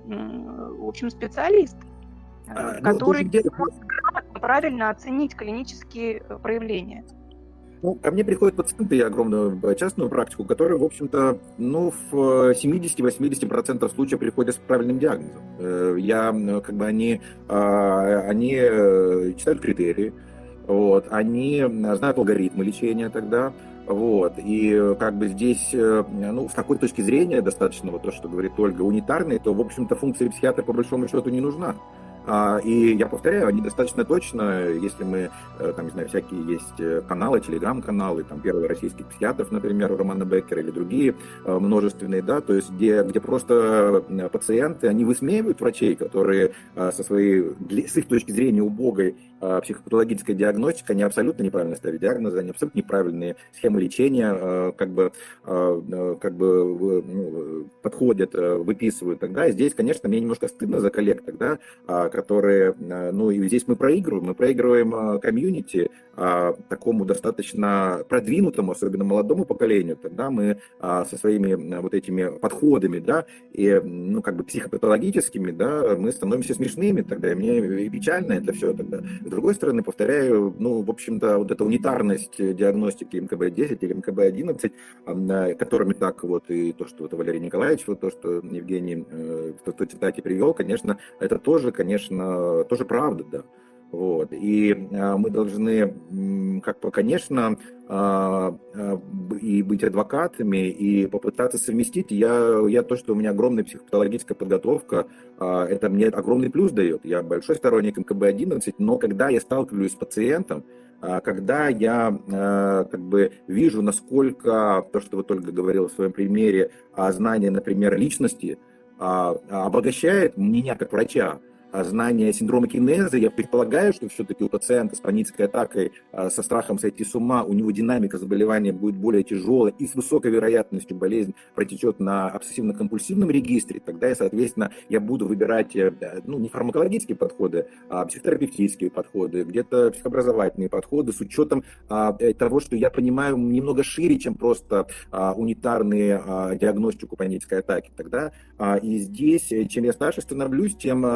в общем, специалист, а, который ну, может грамотно, правильно оценить клинические проявления. Ну, ко мне приходят пациенты, я огромную частную практику, которые, в общем-то, ну, в семьдесят-восемьдесят процентов случаев приходят с правильным диагнозом. Я, как бы, они, они читают критерии, вот, они знают алгоритмы лечения тогда, вот, и как бы здесь, ну, с такой точки зрения, достаточно вот то, что говорит Ольга, унитарной, то, в общем-то, функция психиатра по большому счету не нужна. И я повторяю, они достаточно точно, если мы, там, не знаю, всякие есть каналы, телеграм-каналы, там, первый российских психиатров, например, у Романа Беккера или другие множественные, да, то есть где, где просто пациенты, они высмеивают врачей, которые со своей, с их точки зрения, убогой психопатологической диагностикой, они абсолютно неправильно ставят диагнозы, они абсолютно неправильные схемы лечения, как бы, как бы ну, подходят, выписывают тогда. И здесь, конечно, мне немножко стыдно за коллег тогда, которые, ну и здесь мы проигрываем, мы проигрываем комьюнити, такому достаточно продвинутому, особенно молодому поколению, тогда мы со своими вот этими подходами, да, и, ну, как бы психопатологическими, да, мы становимся смешными тогда, и мне и печально это все тогда. С другой стороны, повторяю, ну, в общем-то, вот эта унитарность диагностики эм ка бэ десять или эм ка бэ одиннадцать, которыми так вот, и то, что вот Валерий Николаевич, вот то, что Евгений в той цитате привел, конечно, это тоже, конечно, тоже правда, да. Вот. И а, мы должны, как бы, конечно, а, а, и быть адвокатами, и попытаться совместить. Я, я то, что у меня огромная психопатологическая подготовка, а, это мне огромный плюс дает. Я большой сторонник эм ка бэ одиннадцать, но когда я сталкиваюсь с пациентом, а, когда я а, как бы вижу, насколько то, что вот Ольга говорила в своем примере, а, знание, например, личности а, обогащает меня как врача, знание синдрома кинеза, я предполагаю, что все-таки у пациента с панической атакой, со страхом сойти с ума, у него динамика заболевания будет более тяжелая и с высокой вероятностью болезнь протечет на обсессивно-компульсивном регистре, тогда, соответственно, я буду выбирать, ну, не фармакологические подходы, а психотерапевтические подходы, где-то психообразовательные подходы с учетом а, того, что я понимаю немного шире, чем просто а, унитарные а, диагностику панической атаки. Тогда а, и здесь, чем я старше становлюсь, тем а, больше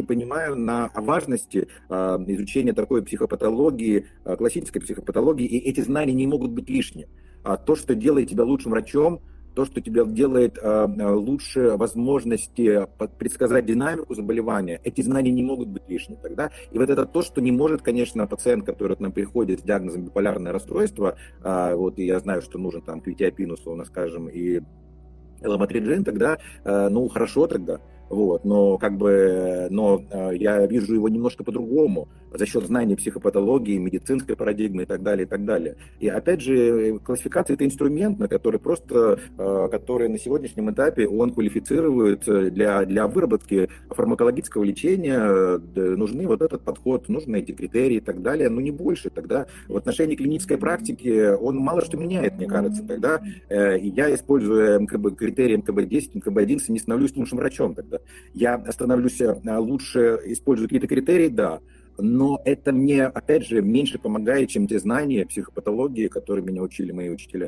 больше понимаю на важности изучения такой психопатологии, классической психопатологии, и эти знания не могут быть лишними. То, что делает тебя лучшим врачом, то, что тебя делает э, лучше возможности предсказать динамику заболевания, эти знания не могут быть лишними тогда. И вот это то, что не может, конечно, пациент, который к нам приходит с диагнозом биполярное расстройство, э, вот и я знаю, что нужен там квитиапин, условно скажем, и ламотриджин, тогда, э, ну, хорошо тогда. Вот, но как бы, но э, я вижу его немножко по-другому, за счет знания психопатологии, медицинской парадигмы и так далее, и так далее. И опять же, классификация — это инструмент, на который просто, э, который на сегодняшнем этапе он квалифицирует для, для выработки фармакологического лечения, э, нужны вот этот подход, нужны эти критерии и так далее, но не больше. Тогда в отношении клинической практики он мало что меняет, мне кажется. Тогда э, я, используя эм ка бэ, критерии эм ка бэ десять, эм ка бэ одиннадцать, не становлюсь лучшим врачом тогда. Я становлюсь лучше, использую какие-то критерии, да, но это мне, опять же, меньше помогает, чем те знания психопатологии, которые меня учили мои учителя.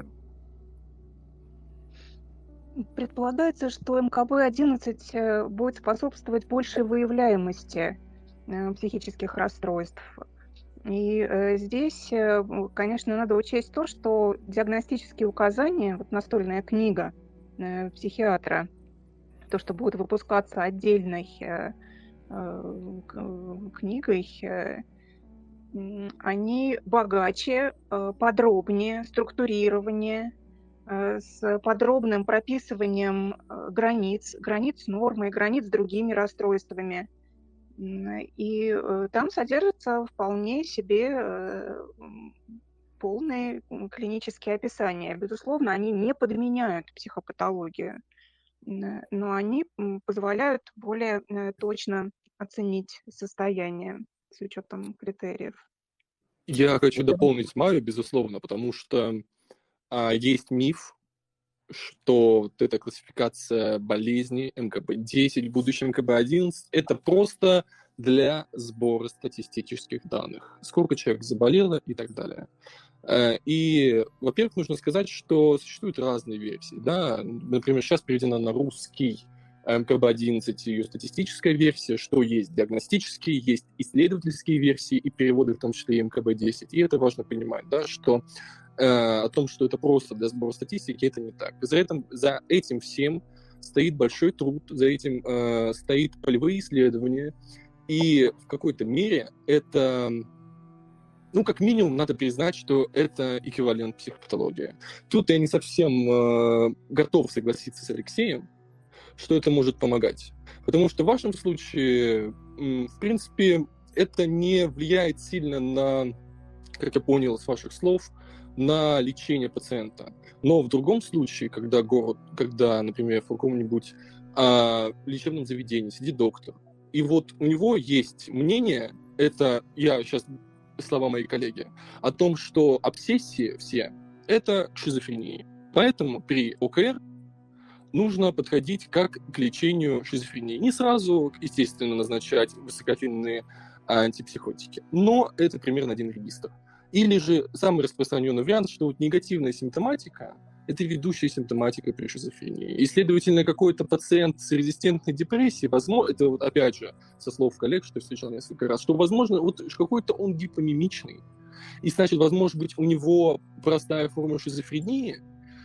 Предполагается, что эм ка бэ одиннадцать будет способствовать большей выявляемости психических расстройств. И здесь, конечно, надо учесть то, что диагностические указания, вот настольная книга психиатра, то, что будет выпускаться отдельной э, э, книгой, э, они богаче, э, подробнее, структурированнее, э, с подробным прописыванием э, границ, границ нормы, границ с другими расстройствами. И э, там содержатся вполне себе э, полные клинические описания. Безусловно, они не подменяют психопатологию, но они позволяют более точно оценить состояние с учетом критериев. Я хочу дополнить Марию, безусловно, потому что а, есть миф, что вот эта классификация болезней эм ка бэ десять, в будущем эм ка бэ одиннадцать, это просто для сбора статистических данных. Сколько человек заболело и так далее. И, во-первых, нужно сказать, что существуют разные версии. Да? Например, сейчас переведена на русский эм ка бэ одиннадцать, ее статистическая версия, что есть диагностические, есть исследовательские версии и переводы, в том числе и эм ка бэ десять. И это важно понимать, да, что э, о том, что это просто для сбора статистики, это не так. За этим, за этим всем стоит большой труд, за этим э, стоит полевые исследования, и в какой-то мере это... Ну, как минимум, надо признать, что это эквивалент психопатологии. Тут я не совсем э, готов согласиться с Алексеем, что это может помогать. Потому что в вашем случае, э, в принципе, это не влияет сильно на, как я понял с ваших слов, на лечение пациента. Но в другом случае, когда город, когда, например, в каком-нибудь э, лечебном заведении сидит доктор, и вот у него есть мнение, это я сейчас... слова моей коллеги, о том, что обсессии все – это шизофрения. Поэтому при о ка эр нужно подходить как к лечению шизофрении. Не сразу, естественно, назначать высокоэффективные антипсихотики, но это примерно один регистр. Или же самый распространенный вариант, что вот негативная симптоматика – это ведущая симптоматика при шизофрении. И, следовательно, какой-то пациент с резистентной депрессией, возможно, это вот опять же со слов коллег, что я встречал несколько раз, что, возможно, вот какой-то он гипомимичный. И, значит, возможно быть, у него простая форма шизофрении.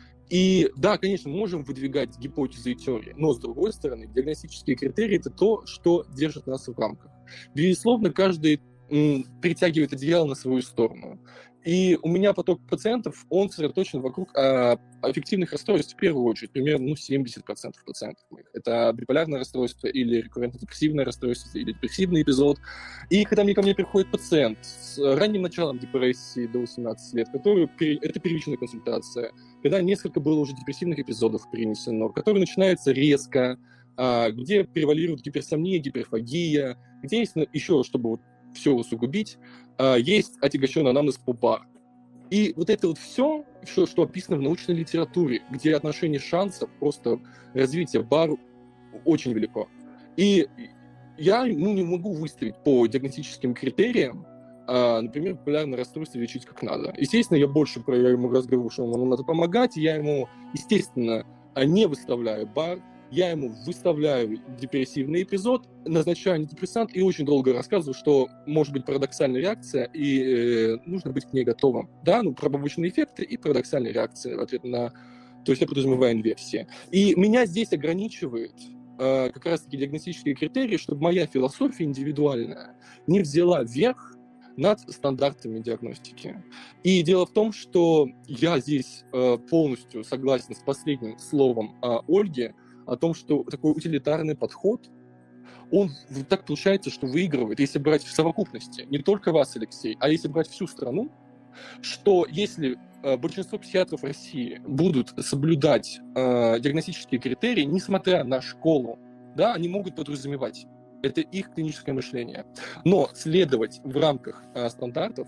И да, конечно, мы можем выдвигать гипотезы и теории, но, с другой стороны, диагностические критерии – это то, что держит нас в рамках. Безусловно, каждый м, притягивает одеяло на свою сторону. И у меня поток пациентов, он сосредоточен вокруг а, аффективных расстройств в первую очередь, примерно ну, семьдесят процентов пациентов моих. Это биполярное расстройство или рекуррентно-депрессивное расстройство, или депрессивный эпизод. И когда мне ко мне приходит пациент с ранним началом депрессии до восемнадцати лет, который, это первичная консультация, когда несколько было уже депрессивных эпизодов принесено, который начинается резко, а, где превалирует гиперсомния, гиперфагия, где есть еще, чтобы вот все усугубить, есть отягощенный анамнез по бар. И вот это вот все, все, что описано в научной литературе, где отношение шансов, просто развития бар очень велико. И я ну, не могу выставить по диагностическим критериям, а, например, биполярное расстройство лечить как надо. Естественно, я больше про я ему разговариваю, что ему надо помогать, я ему, естественно, не выставляю бар, я ему выставляю депрессивный эпизод, назначаю антидепрессант и очень долго рассказываю, что может быть парадоксальная реакция, и э, нужно быть к ней готовым. Да, ну, про побочные эффекты и парадоксальная реакция в ответ на... То есть я подразумеваю инверсии. И меня здесь ограничивает э, как раз-таки диагностические критерии, чтобы моя философия индивидуальная не взяла верх над стандартами диагностики. И дело в том, что я здесь э, полностью согласен с последним словом э, Ольги о том, что такой утилитарный подход, он так получается, что выигрывает, если брать в совокупности, не только вас, Алексей, а если брать всю страну, что если э, большинство психиатров России будут соблюдать э, диагностические критерии, несмотря на школу, да, они могут подразумевать. Это их клиническое мышление. Но следовать в рамках э, стандартов,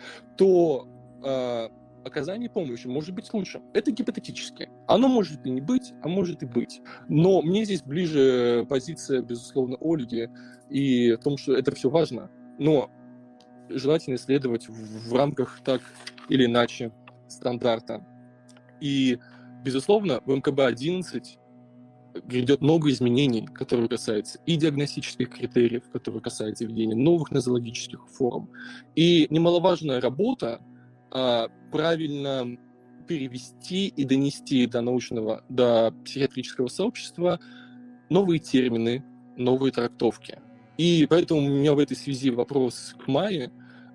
то э, оказание помощи может быть лучше. Это гипотетически. Оно может и не быть, а может и быть. Но мне здесь ближе позиция, безусловно, Ольги и в том, что это все важно. Но желательно исследовать в, в рамках так или иначе стандарта. И, безусловно, в эм ка бэ одиннадцать грядет много изменений, которые касаются и диагностических критериев, которые касаются введения новых нозологических форм. И немаловажная работа а, правильно перевести и донести до научного, до психиатрического сообщества новые термины, новые трактовки. И поэтому у меня в этой связи вопрос к Майе.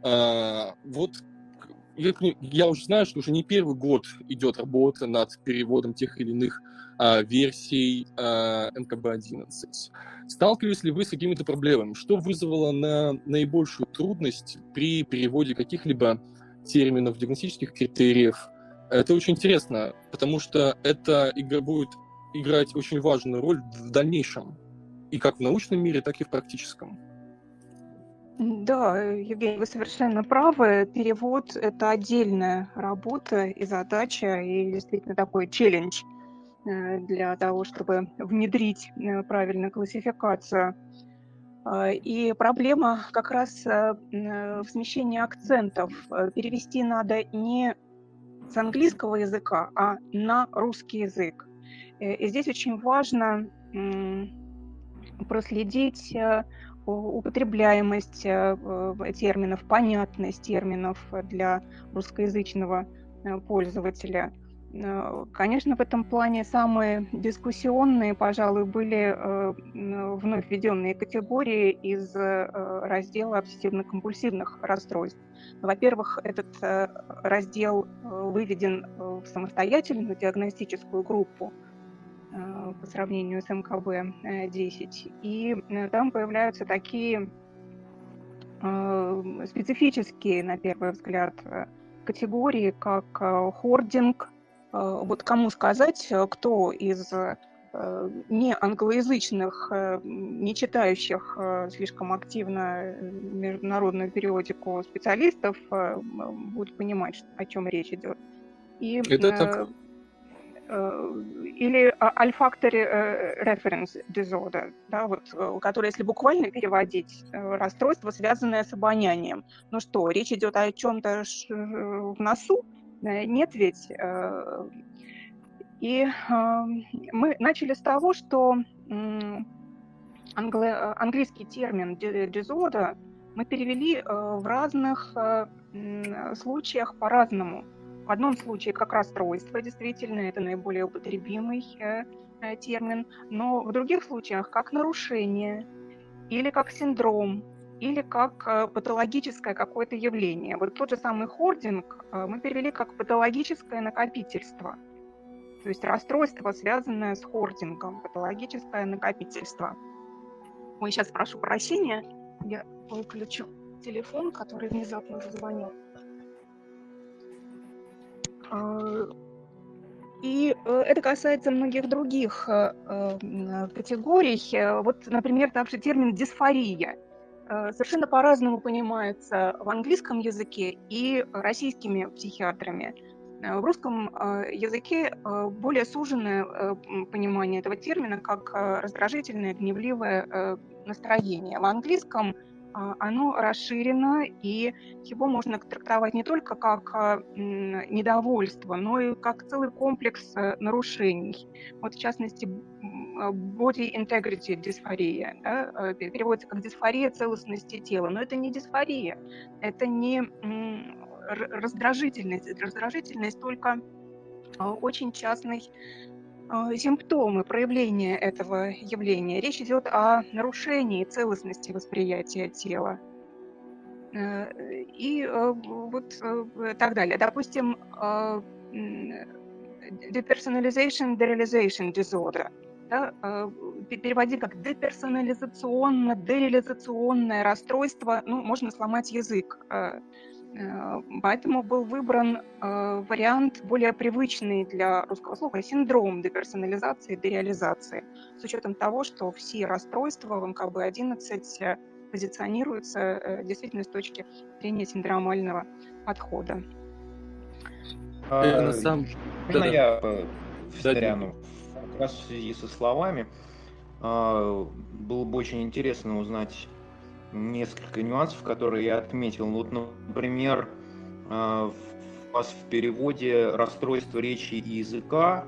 А, вот я, я уже знаю, что уже не первый год идет работа над переводом тех или иных а, версий а, эм ка бэ одиннадцать. Сталкивались ли вы с какими-то проблемами? Что вызвало на наибольшую трудность при переводе каких-либо терминов, диагностических критериев? Это очень интересно, потому что это игра будет играть очень важную роль в дальнейшем, и как в научном мире, так и в практическом. Да, Евгений, вы совершенно правы. Перевод – это отдельная работа и задача, и действительно такой челлендж для того, чтобы внедрить правильную классификацию. И проблема как раз в смещении акцентов. Перевести надо не с английского языка, а на русский язык. И здесь очень важно проследить употребляемость терминов, понятность терминов для русскоязычного пользователя. Конечно, в этом плане самые дискуссионные, пожалуй, были вновь введенные категории из раздела обсессивно-компульсивных расстройств. Во-первых, этот раздел выведен в самостоятельную диагностическую группу по сравнению с эм ка бэ десять. И там появляются такие специфические, на первый взгляд, категории, как хординг. Вот кому сказать, кто из не англоязычных, не читающих слишком активно международную периодику специалистов будет понимать, о чем речь идет. И это так. Или olfactory reference disorder, да, вот, который, если буквально переводить, расстройство, связанное с обонянием. Ну что, речь идет о чем-то в носу? Нет ведь. И мы начали с того, что англо- английский термин disorder мы перевели в разных случаях по-разному. В одном случае как расстройство, действительно, это наиболее употребимый э, э, термин, но в других случаях как нарушение, или как синдром, или как э, патологическое какое-то явление. Вот тот же самый хординг э, мы перевели как патологическое накопительство, то есть расстройство, связанное с хордингом, патологическое накопительство. Ой, сейчас прошу прощения, я выключу телефон, который внезапно зазвонил. И это касается многих других категорий. Вот, например, также термин «дисфория» совершенно по-разному понимается в английском языке и российскими психиатрами. В русском языке более суженное понимание этого термина как раздражительное, гневливое настроение. В английском оно расширено, и его можно трактовать не только как недовольство, но и как целый комплекс нарушений. Вот в частности, body integrity дисфория, да, переводится как дисфория целостности тела, но это не дисфория, это не раздражительность, раздражительность только очень частный симптомы проявления этого явления. Речь идет о нарушении целостности восприятия тела. И вот так далее. Допустим, depersonalization, derealization disorder. Да, переводи как деперсонализационно, дереализационное расстройство, ну, можно сломать язык. Поэтому был выбран э, вариант более привычный для русского слуха — синдром деперсонализации и дереализации, с учетом того, что все расстройства в эм ка бэ одиннадцать позиционируются э, действительно с точки зрения синдромального подхода. А, э, на самом... Можно да, я да. встряну? Как раз в связи со словами э, было бы очень интересно узнать несколько нюансов, которые я отметил. Вот, например, у вас в переводе расстройство речи и языка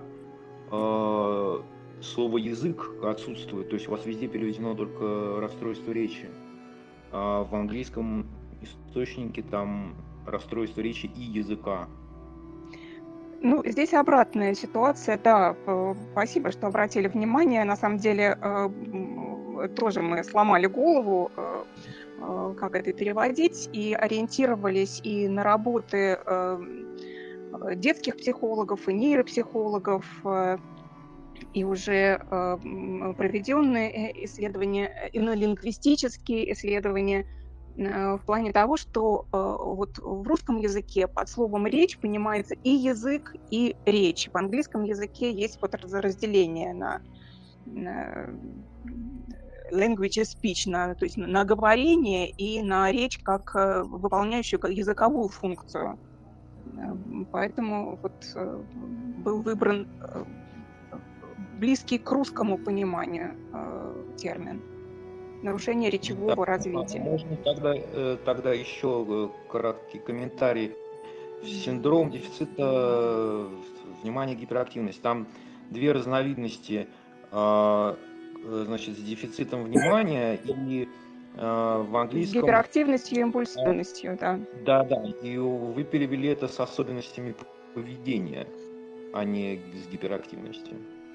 слово «язык» отсутствует, то есть у вас везде переведено только расстройство речи. А в английском источнике там расстройство речи и языка. Ну, здесь обратная ситуация, да, спасибо, что обратили внимание. На самом деле, тоже мы сломали голову, как это переводить, и ориентировались и на работы детских психологов, и нейропсихологов, и уже проведенные исследования, и лингвистические исследования, в плане того, что вот в русском языке под словом «речь» понимается и язык, и речь. В английском языке есть вот разделение на, на language и speech, на, то есть на говорение и на речь как выполняющую языковую функцию. Поэтому вот был выбран близкий к русскому пониманию термин. Нарушение речевого да, развития. Можно тогда, тогда еще краткий комментарий. Синдром дефицита внимания, гиперактивность. Там две разновидности, значит, с дефицитом внимания и в английском... С гиперактивностью и импульсивностью, да. Да, да. И вы перевели это с особенностями поведения, а не с гиперактивностью.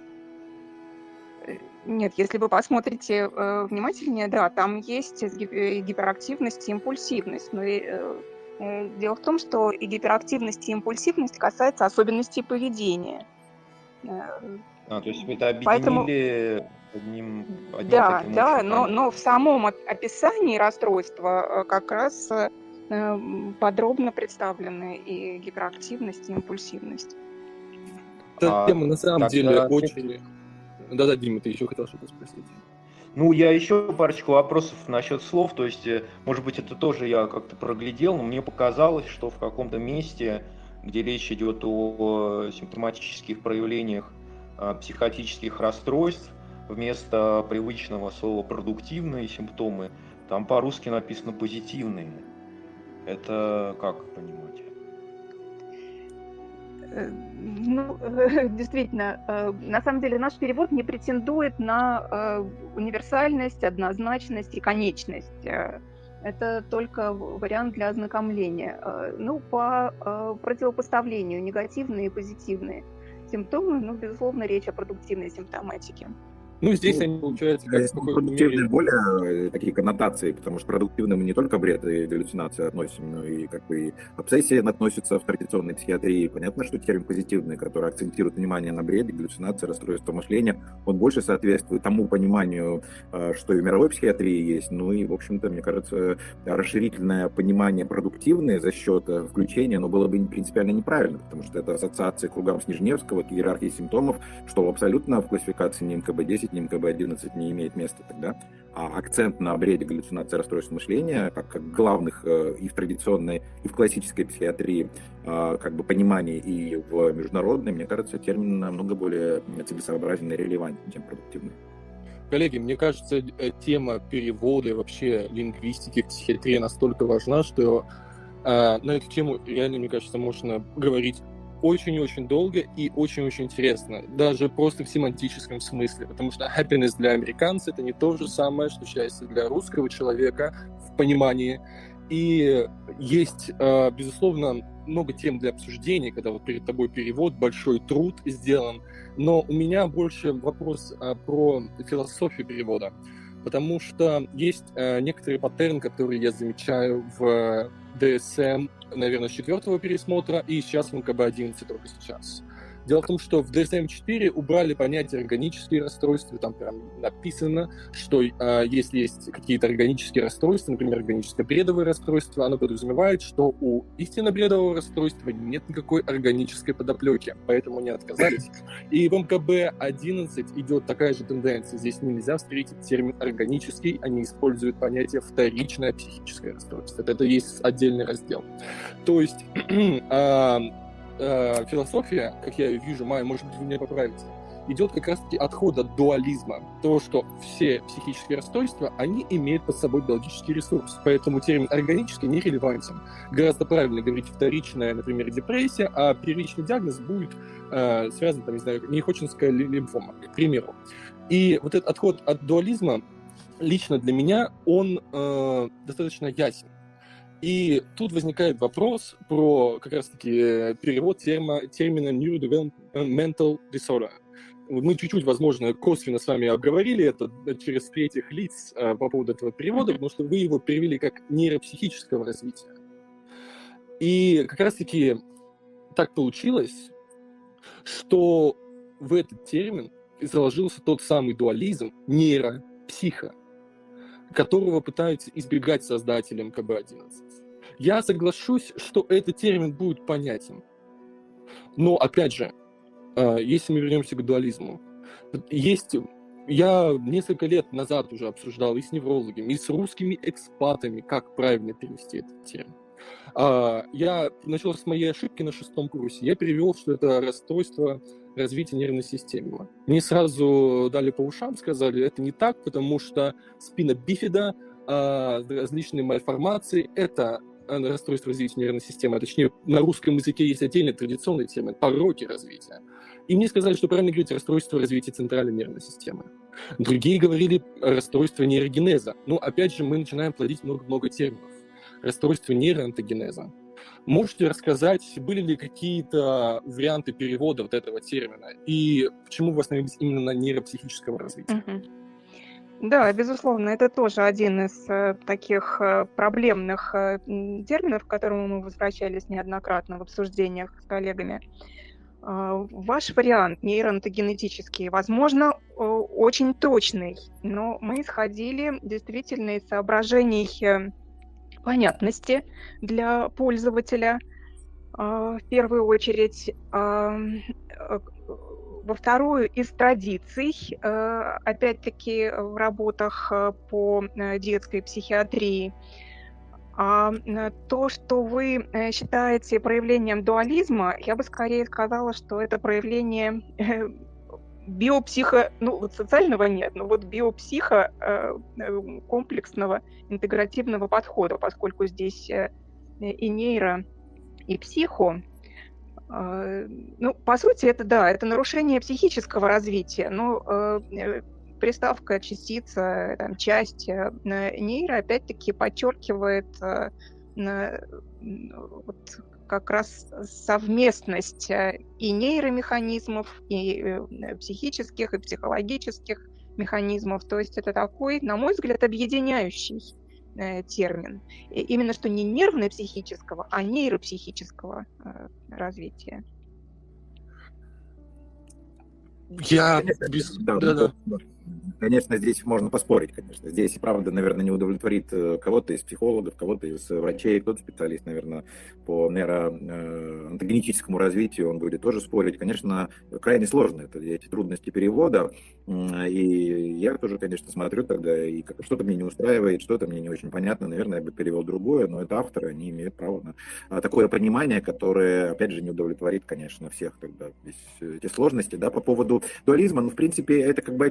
Нет, если вы посмотрите э, внимательнее, да, там есть гиперактивность и импульсивность. Но э, э, дело в том, что и гиперактивность, и импульсивность касаются особенностей поведения. А, то есть вы это объединили Поэтому... одним, одним да, таким да, общим, но, но в самом описании расстройства как раз э, подробно представлены и гиперактивность, и импульсивность. Эта а, тема на самом так, деле а... очень... Да-да, Дима, ты еще хотел что-то спросить? Ну, я еще парочку вопросов насчет слов, то есть, может быть, это тоже я как-то проглядел, но мне показалось, что в каком-то месте, где речь идет о симптоматических проявлениях психотических расстройств, вместо привычного слова «продуктивные симптомы», там по-русски написано «позитивные». Это как понимать? Ну, действительно, на самом деле наш перевод не претендует на универсальность, однозначность и конечность. Это только вариант для ознакомления. Ну, по противопоставлению негативные и позитивные симптомы, ну, безусловно, речь о продуктивной симптоматике. Ну, здесь они, получается, как в какой-то мере... более такие коннотации, потому что продуктивным не только бред и галлюцинации относим, но и как бы и обсессия относится в традиционной психиатрии. Понятно, что термин позитивный, который акцентирует внимание на бреде, галлюцинации, расстройство мышления, он больше соответствует тому пониманию, что и в мировой психиатрии есть. Ну и, в общем-то, мне кажется, расширительное понимание продуктивное за счет включения, оно было бы принципиально неправильно, потому что это ассоциация к кругам Снежневского, к иерархии симптомов, что абсолютно в классификации ни эм ка бэ десять, ни эм ка бэ одиннадцать не имеет места тогда, а акцент на бреде, галлюцинации, расстройства мышления, как, как главных э, и в традиционной, и в классической психиатрии э, как бы понимании, и в международной, мне кажется, термин намного более целесообразен и релевантен, чем продуктивный. Коллеги, мне кажется, тема перевода и вообще лингвистики в психиатрии настолько важна, что э, на эту тему реально, мне кажется, можно говорить очень-очень долго и очень-очень интересно, даже просто в семантическом смысле, потому что happiness для американца — это не то же самое, что счастье для русского человека в понимании. И есть, э, безусловно, много тем для обсуждения, когда вот перед тобой перевод, большой труд сделан, но у меня больше вопрос э, про философию перевода, потому что есть э, некоторые паттерны, которые я замечаю в ди эс эм, наверное, с четвертого пересмотра, и сейчас в эн ка бэ одиннадцать только сейчас. Дело в том, что в ди эс эм четыре убрали понятие органические расстройства, там прям написано, что э, если есть какие-то органические расстройства, например, органическое бредовое расстройство, оно подразумевает, что у истинно бредового расстройства нет никакой органической подоплеки, поэтому не отказались. И в эм ка бэ одиннадцать идет такая же тенденция. Здесь нельзя встретить термин органический, они используют понятие вторичное психическое расстройство. Это, это есть отдельный раздел. То есть э, философия, как я вижу, Майя, может быть, вы меня поправите, идет как раз-таки отход от дуализма. Того, что все психические расстройства, они имеют под собой биологический ресурс. Поэтому термин органический не релевантен. Гораздо правильно говорить вторичная, например, депрессия, а первичный диагноз будет э, связан, там, не знаю, неходжкинская лимфома, к примеру. И вот этот отход от дуализма лично для меня, он э, достаточно ясен. И тут возникает вопрос про как раз-таки перевод терма, термина neurodevelopmental disorder. Мы чуть-чуть, возможно, косвенно с вами обговорили это через третьих лиц а, по поводу этого перевода, потому что вы его перевели как нейропсихического развития. И как раз-таки так получилось, что в этот термин заложился тот самый дуализм нейро-психо, которого пытаются избегать создатели эм ка бэ одиннадцать. Я соглашусь, что этот термин будет понятен. Но, опять же, если мы вернемся к дуализму, есть... Я несколько лет назад уже обсуждал и с неврологами, и с русскими экспатами, как правильно перевести этот термин. Я начал с моей ошибки на шестом курсе. Я перевел, что это расстройство развития нервной системы. Мне сразу дали по ушам, сказали, это не так, потому что спина бифида, различные мальформации – это расстройство развития нервной системы, а точнее на русском языке есть отдельный традиционный термин – пороки развития. И мне сказали, что правильно говорить расстройство развития центральной нервной системы. Другие говорили расстройство нейрогенеза. Ну, опять же, мы начинаем плодить много-много терминов. Расстройство нейроантогенеза. Можете рассказать, были ли какие-то варианты перевода вот этого термина? И почему вы остановились именно на нейропсихическом развитии? Uh-huh. Да, безусловно, это тоже один из э, таких э, проблемных э, терминов, к которому мы возвращались неоднократно в обсуждениях с коллегами. Э, ваш вариант нейроантогенетический, возможно, э, очень точный, но мы исходили действительно из соображений э, понятности для пользователя э, в первую очередь. Э, э, Во вторую, из традиций, опять-таки в работах по детской психиатрии. А то, что вы считаете проявлением дуализма, я бы скорее сказала, что это проявление биопсихо, ну вот социального нет, но вот биопсихо комплексного интегративного подхода, поскольку здесь и нейро, и психо. Ну, по сути, это да, это нарушение психического развития, но э, приставка частица, там, часть э, нейро опять-таки подчеркивает э, э, вот, как раз совместность и нейромеханизмов, и э, психических, и психологических механизмов. То есть это такой, на мой взгляд, объединяющий термин. И именно что не нервно-психического, а нейропсихического э, развития. Я... Конечно, без... да, да, да. Да. Конечно, здесь можно поспорить, конечно. Здесь, правда, наверное, не удовлетворит кого-то из психологов, кого-то из врачей, кто-то специалист, наверное, по нейроантогенетическому развитию, он будет тоже спорить. Конечно, крайне сложно это, эти трудности перевода. И я тоже, конечно, смотрю тогда, и что-то мне не устраивает, что-то мне не очень понятно. Наверное, я бы перевел другое, но это авторы, они имеют право на такое понимание, которое, опять же, не удовлетворит, конечно, всех тогда. Эти сложности, да, по поводу дуализма, ну, в принципе, это как бы теоретически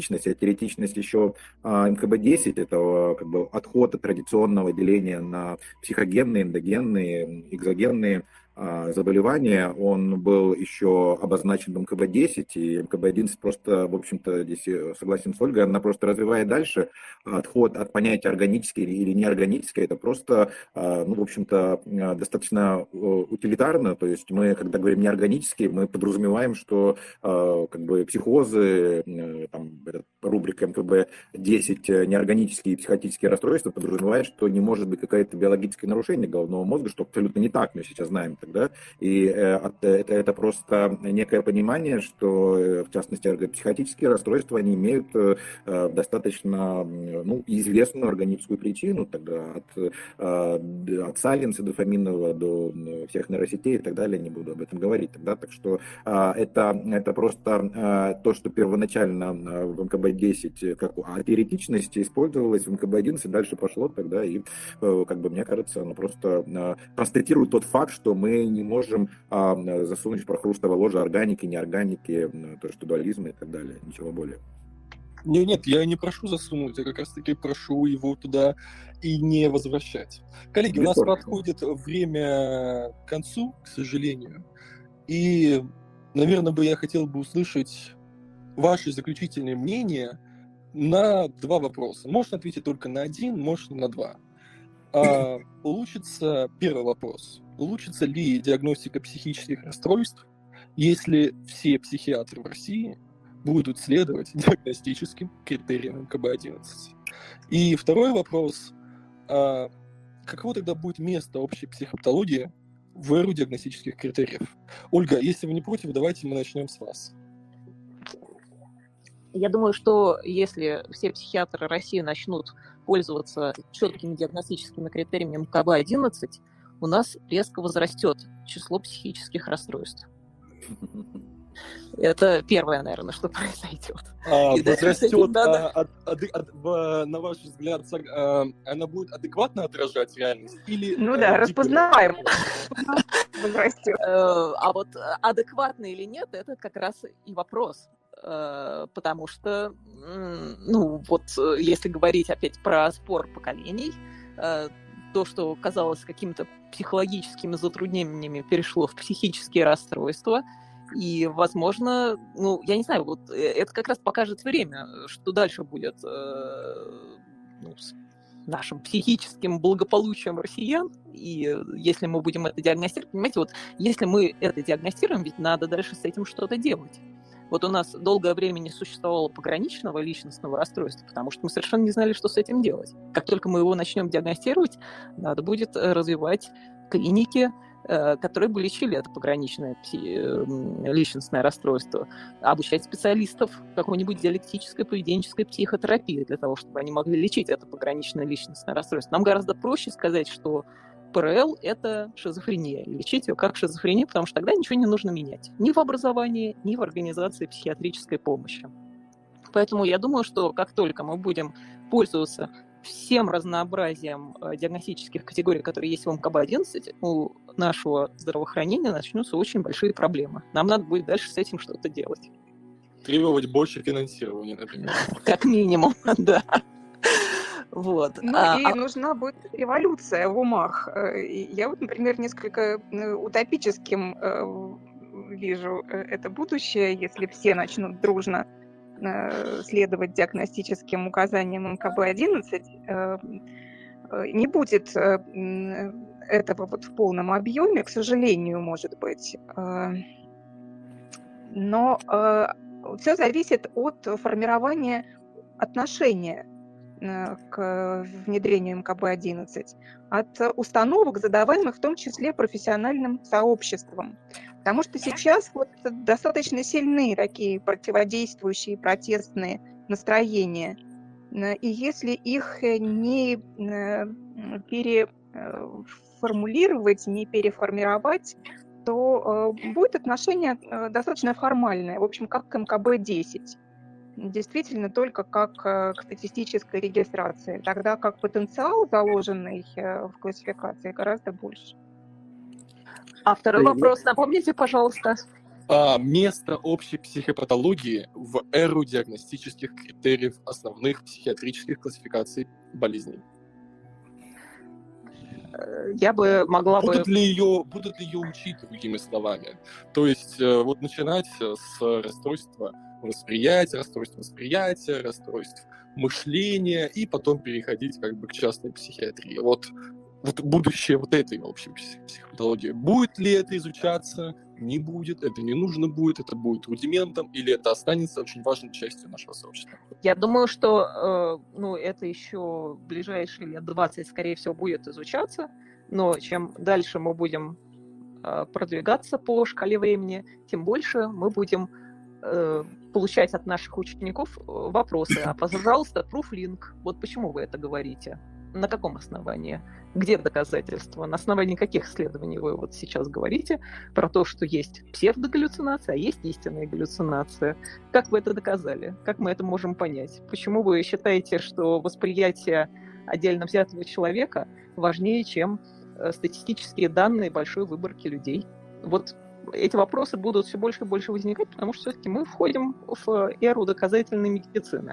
теоретичность, а теоретичность еще эм ка бэ десять, это как бы отход от традиционного деления на психогенные, эндогенные, экзогенные заболевания, он был еще обозначен в эм ка бэ десять, и эм ка бэ одиннадцать просто, в общем-то, здесь согласен с Ольгой, она просто развивает дальше отход от понятия органическое или неорганическое, это просто, ну, в общем-то, достаточно утилитарно, то есть мы, когда говорим неорганические, мы подразумеваем, что как бы психозы, там, рубрика эм ка бэ десять, неорганические и психотические расстройства подразумевает, что не может быть какое-то биологическое нарушение головного мозга, что абсолютно не так, мы сейчас знаем. Да? И это, это просто некое понимание, что, в частности, психотические расстройства, они имеют достаточно, ну, известную органическую причину, тогда от, от саленса дофаминового до всех нейросетей и так далее, не буду об этом говорить. Тогда. Так что это, это просто то, что первоначально в эм ка бэ десять как теоретичность использовалась в эм ка бэ одиннадцать, дальше пошло тогда, и, как бы, мне кажется, оно просто констатирует тот факт, что мы не можем а, засунуть в прохрустово ложе органики, неорганики, то, что дуализм и так далее, ничего более. Нет, нет, я не прошу засунуть, я как раз-таки прошу его туда и не возвращать. Коллеги, у нас подходит время к концу, к сожалению, и, наверное, бы я хотел бы услышать ваши заключительные мнения на два вопроса. Можно ответить только на один, можно на два. А, улучшится первый вопрос. Улучшится ли диагностика психических расстройств, если все психиатры в России будут следовать диагностическим критериям эм ка бэ одиннадцать? И второй вопрос. А, каково тогда будет место общей психопатологии в эру диагностических критериев? Ольга, если вы не против, давайте мы начнем с вас. Я думаю, что если все психиатры России начнут пользоваться четкими диагностическими критериями эм ка бэ одиннадцать, у нас резко возрастет число психических расстройств. Это первое, наверное, что произойдет. А, возрастет, а, а, а, а, на ваш взгляд, а, она будет адекватно отражать реальность? Или, ну да, распознаваемо возрастет. А вот адекватно или нет, это как раз и вопрос. Потому что, ну, вот если говорить опять про спор поколений, то, что казалось какими-то психологическими затруднениями, перешло в психические расстройства, и, возможно, ну, я не знаю, вот это как раз покажет время, что дальше будет ну, с нашим психическим благополучием россиян, и если мы будем это диагностировать, понимаете, вот если мы это диагностируем, ведь надо дальше с этим что-то делать. Вот у нас долгое время не существовало пограничного личностного расстройства, потому что мы совершенно не знали, что с этим делать. Как только мы его начнем диагностировать, надо будет развивать клиники, которые бы лечили это пограничное личностное расстройство, обучать специалистов какой-нибудь диалектической поведенческой психотерапии для того, чтобы они могли лечить это пограничное личностное расстройство. Нам гораздо проще сказать, что пэ эр эл – это шизофрения, и лечить ее как шизофрению, потому что тогда ничего не нужно менять. Ни в образовании, ни в организации психиатрической помощи. Поэтому я думаю, что как только мы будем пользоваться всем разнообразием диагностических категорий, которые есть в эм ка бэ одиннадцать, у нашего здравоохранения начнутся очень большие проблемы. Нам надо будет дальше с этим что-то делать. Требовать больше финансирования, например. Как минимум, да. Вот. Ну а, и а... нужна будет эволюция в умах. Я вот, например, несколько утопическим вижу это будущее, если все начнут дружно следовать диагностическим указаниям эм ка бэ одиннадцать. Не будет этого вот в полном объеме, к сожалению, может быть. Но все зависит от формирования отношения к внедрению эм ка бэ одиннадцать, от установок, задаваемых в том числе профессиональным сообществом. Потому что сейчас вот достаточно сильные такие противодействующие протестные настроения. И если их не переформулировать, не переформировать, то будет отношение достаточно формальное, в общем, как к эм ка бэ десять. Действительно только как к статистической регистрации, тогда как потенциал, заложенный в классификации, гораздо больше. А второй вопрос, напомните, пожалуйста. А, место общей психопатологии в эру диагностических критериев основных психиатрических классификаций болезней. Я бы могла будут бы... Ли ее, будут ли ее учить, другими словами? То есть вот начинать с расстройства восприятия, расстройств восприятия, расстройств мышления, и потом переходить как бы к частной психиатрии. Вот, вот будущее вот этой общей психопатологии. Будет ли это изучаться? Не будет, это не нужно будет, это будет рудиментом, или это останется очень важной частью нашего сообщества? Я думаю, что э, ну, это еще в ближайшие лет двадцать, скорее всего, будет изучаться, но чем дальше мы будем э, продвигаться по шкале времени, тем больше мы будем э, получать от наших учеников вопросы. А, пожалуйста, proof-link, вот почему вы это говорите? На каком основании? Где доказательства? На основании каких исследований вы вот сейчас говорите про то, что есть псевдогаллюцинация, а есть истинные галлюцинации? Как вы это доказали? Как мы это можем понять? Почему вы считаете, что восприятие отдельно взятого человека важнее, чем статистические данные большой выборки людей? Вот эти вопросы будут все больше и больше возникать, потому что все-таки мы входим в эру доказательной медицины.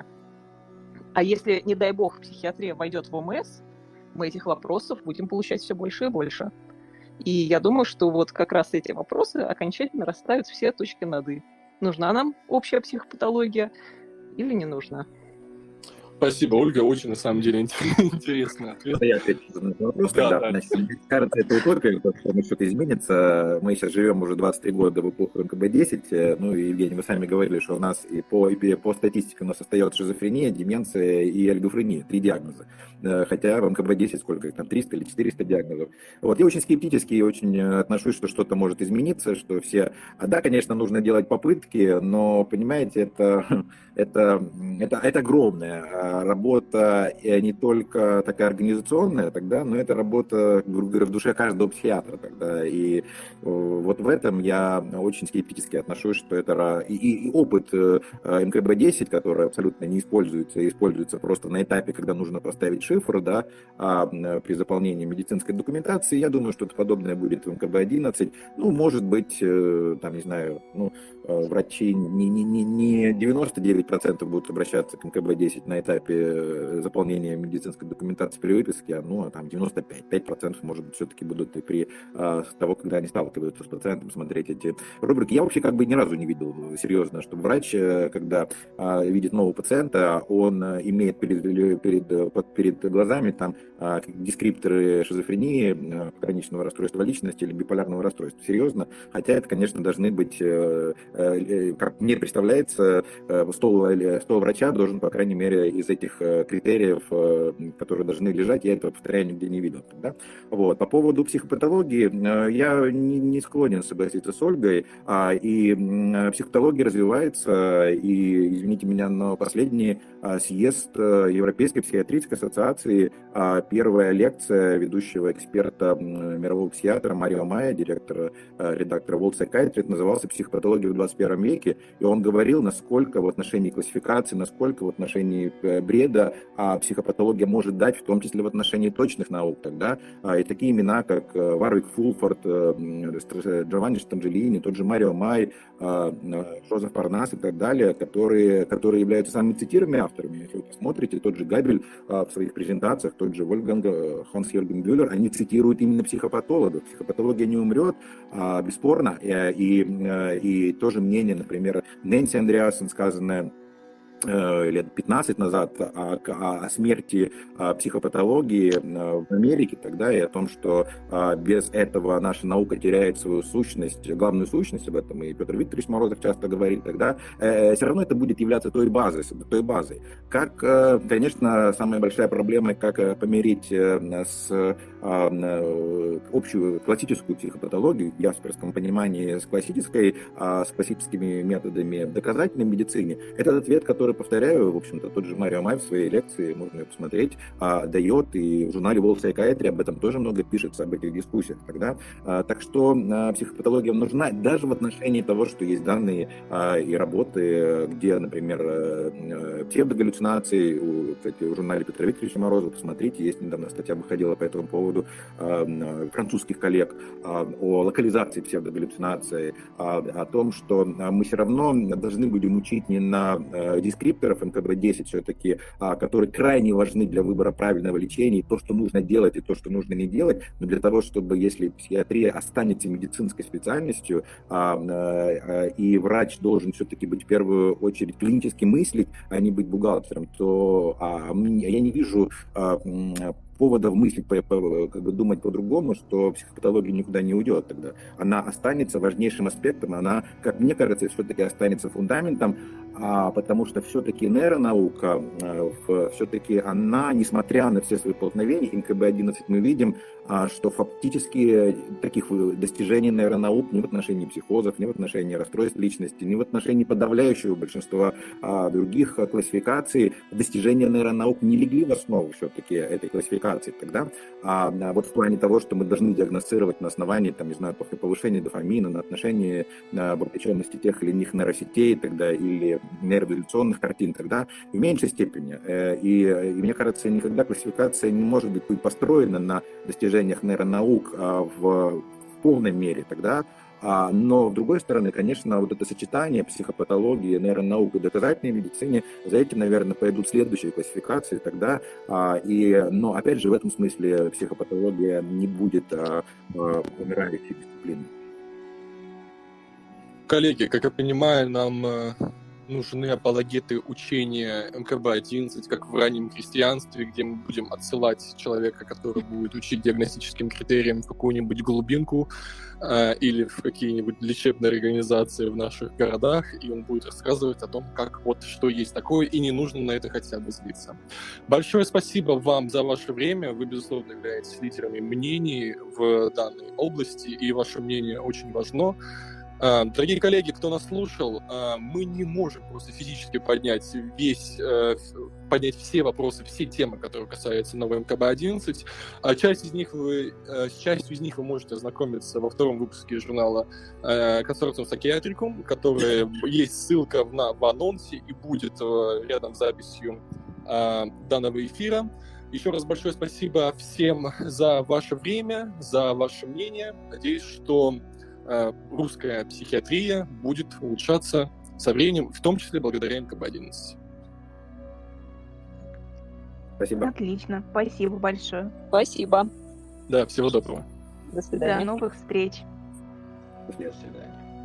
А если, не дай бог, психиатрия войдет в ОМС, мы этих вопросов будем получать все больше и больше. И я думаю, что вот как раз эти вопросы окончательно расставят все точки над «и». Нужна нам общая психопатология или не нужна? Спасибо, Ольга, очень на самом деле интересный ответ. Я отвечу на этот вопрос. Да, Да, да. Значит, мне кажется, это утопия, потому что что-то изменится. Мы сейчас живем уже двадцать три года в эпоху эм ка бэ десять. Ну, и, Евгений, вы сами говорили, что у нас и по, и по статистике у нас остается шизофрения, деменция и олигофрения. Три диагноза. Хотя в эм ка бэ десять сколько их там, триста или четыреста диагнозов. Вот, я очень скептически и очень отношусь, что что-то может измениться, что все... А да, конечно, нужно делать попытки, но, понимаете, это, это, это, это огромная работа не только такая организационная тогда, но это работа, грубо говоря, в душе каждого психиатра тогда. И вот в этом я очень скептически отношусь, что это... И, и опыт эм ка бэ десять, который абсолютно не используется, используется просто на этапе, когда нужно поставить шифр, да, а при заполнении медицинской документации, я думаю, что-то подобное будет в эм ка бэ одиннадцать. Ну, может быть, там, не знаю, ну, врачи не, не, не, не девяносто девять процентов будут обращаться к эм ка бэ десять на этапе заполнения медицинской документации при выписке, ну, а там девяносто пять процентов, может быть, все-таки будут и при а, того, когда они сталкиваются с пациентом, смотреть эти рубрики. Я вообще как бы ни разу не видел, серьезно, чтобы врач, когда а, видит нового пациента, он имеет перед, перед, под, перед глазами там а, дескрипторы шизофрении, пограничного расстройства личности или биполярного расстройства. Серьезно. Хотя это, конечно, должны быть, э, э, как мне представляется, э, стол, стол врача должен, по крайней мере, из этих критериев, которые должны лежать, я этого, повторяю, нигде не видел. Да? Вот. По поводу психопатологии, я не, не склонен согласиться с Ольгой, а, и психопатология развивается, и, извините меня, но последний съезд Европейской психиатрической ассоциации, первая лекция ведущего эксперта, мирового психиатра Марио Майя, директора, редактора World Psychiatry, назывался «Психопатология в двадцать первом веке», и он говорил, насколько в отношении классификации, насколько в отношении бреда а психопатология может дать, в том числе в отношении точных наук тогда. И такие имена, как Варвик Фулфорд, Джованни Штанджелини, тот же Марио Май, Жозеф Парнас и так далее, которые, которые являются самыми цитируемыми авторами. Если вы посмотрите, тот же Габель в своих презентациях, тот же Вольфганг Ханс-Йорген Бюллер, они цитируют именно психопатологов. Психопатология не умрет, бесспорно. И, и, и тоже мнение, например, Нэнси Андреассен, сказанное лет пятнадцать назад о, о смерти о психопатологии в Америке тогда, и о том, что без этого наша наука теряет свою сущность, главную сущность, об этом и Петр Викторович Морозов часто говорит, тогда э, все равно это будет являться той базой, той базой. Как, э, конечно, самая большая проблема, как помирить э, с э, общую классическую психопатологию, в ясперском понимании с классической, э, с классическими методами доказательной медицины, этот ответ, который, повторяю, в общем-то, тот же Марио Май в своей лекции, можно ее посмотреть, дает, и в журнале World Psychiatry об этом тоже много пишется, об этих дискуссиях тогда. Так что психопатология нужна даже в отношении того, что есть данные и работы, где, например, псевдогаллюцинации, кстати, в журнале Петра Викторовича Морозова, посмотрите, есть недавно статья выходила по этому поводу, поводу э, французских коллег э, о локализации псевдогаллюцинаций, э, о том, что мы все равно должны будем учить не на э, дескрипторов эм ка бэ десять все-таки, э, которые крайне важны для выбора правильного лечения, и то, что нужно делать, и то, что нужно не делать, но для того, чтобы, если психиатрия останется медицинской специальностью, э, э, и врач должен все-таки быть в первую очередь клинически мыслить, а не быть бухгалтером, то а, я не вижу а, поводов мыслить, по, по, как бы думать по-другому, что психопатология никуда не уйдет тогда. Она останется важнейшим аспектом, она, как мне кажется, все-таки останется фундаментом, а, потому что все-таки нейронаука, а, все-таки она, несмотря на все свои столкновения, эм ка бэ одиннадцать мы видим, а, что фактически таких достижений нейронаук ни в отношении психозов, ни в отношении расстройств личности, ни в отношении подавляющего большинства а, других классификаций, достижения нейронаук не легли в основу все-таки этой классификации. Тогда а, вот в плане того, что мы должны диагностировать на основании, там, не знаю, после повышения дофамина, на отношении на вовлеченности тех или иных нейросетей тогда, или нейроволюционных картин, тогда в меньшей степени. И, и мне кажется, никогда классификация не может быть построена на достижениях нейронаук а, в, в полной мере. Тогда А, но, с другой стороны, конечно, вот это сочетание психопатологии, нейронаук и доказательной медицины, за этим, наверное, пойдут следующие классификации тогда. А, и, но, опять же, в этом смысле психопатология не будет а, а, умирающей дисциплиной. Коллеги, как я понимаю, нам нужны апологеты учения эм ка бэ одиннадцать, как в раннем христианстве, где мы будем отсылать человека, который будет учить диагностическим критериям в какую-нибудь глубинку э, или в какие-нибудь лечебные организации в наших городах, и он будет рассказывать о том, как вот что есть такое, и не нужно на это хотя бы злиться. Большое спасибо вам за ваше время. Вы, безусловно, являетесь лидерами мнений в данной области, и ваше мнение очень важно. Дорогие коллеги, кто нас слушал, мы не можем просто физически поднять весь, поднять все вопросы, все темы, которые касаются новой эм ка бэ одиннадцать. Часть из них вы, с частью из них вы можете ознакомиться во втором выпуске журнала Consortium Psychiatricum, который есть ссылка в, на, в анонсе и будет рядом с записью данного эфира. Еще раз большое спасибо всем за ваше время, за ваше мнение. Надеюсь, что русская психиатрия будет улучшаться со временем, в том числе благодаря эм ка бэ одиннадцать. Спасибо. Отлично. Спасибо большое. Спасибо. Да, всего доброго. До свидания. До новых встреч. До свидания.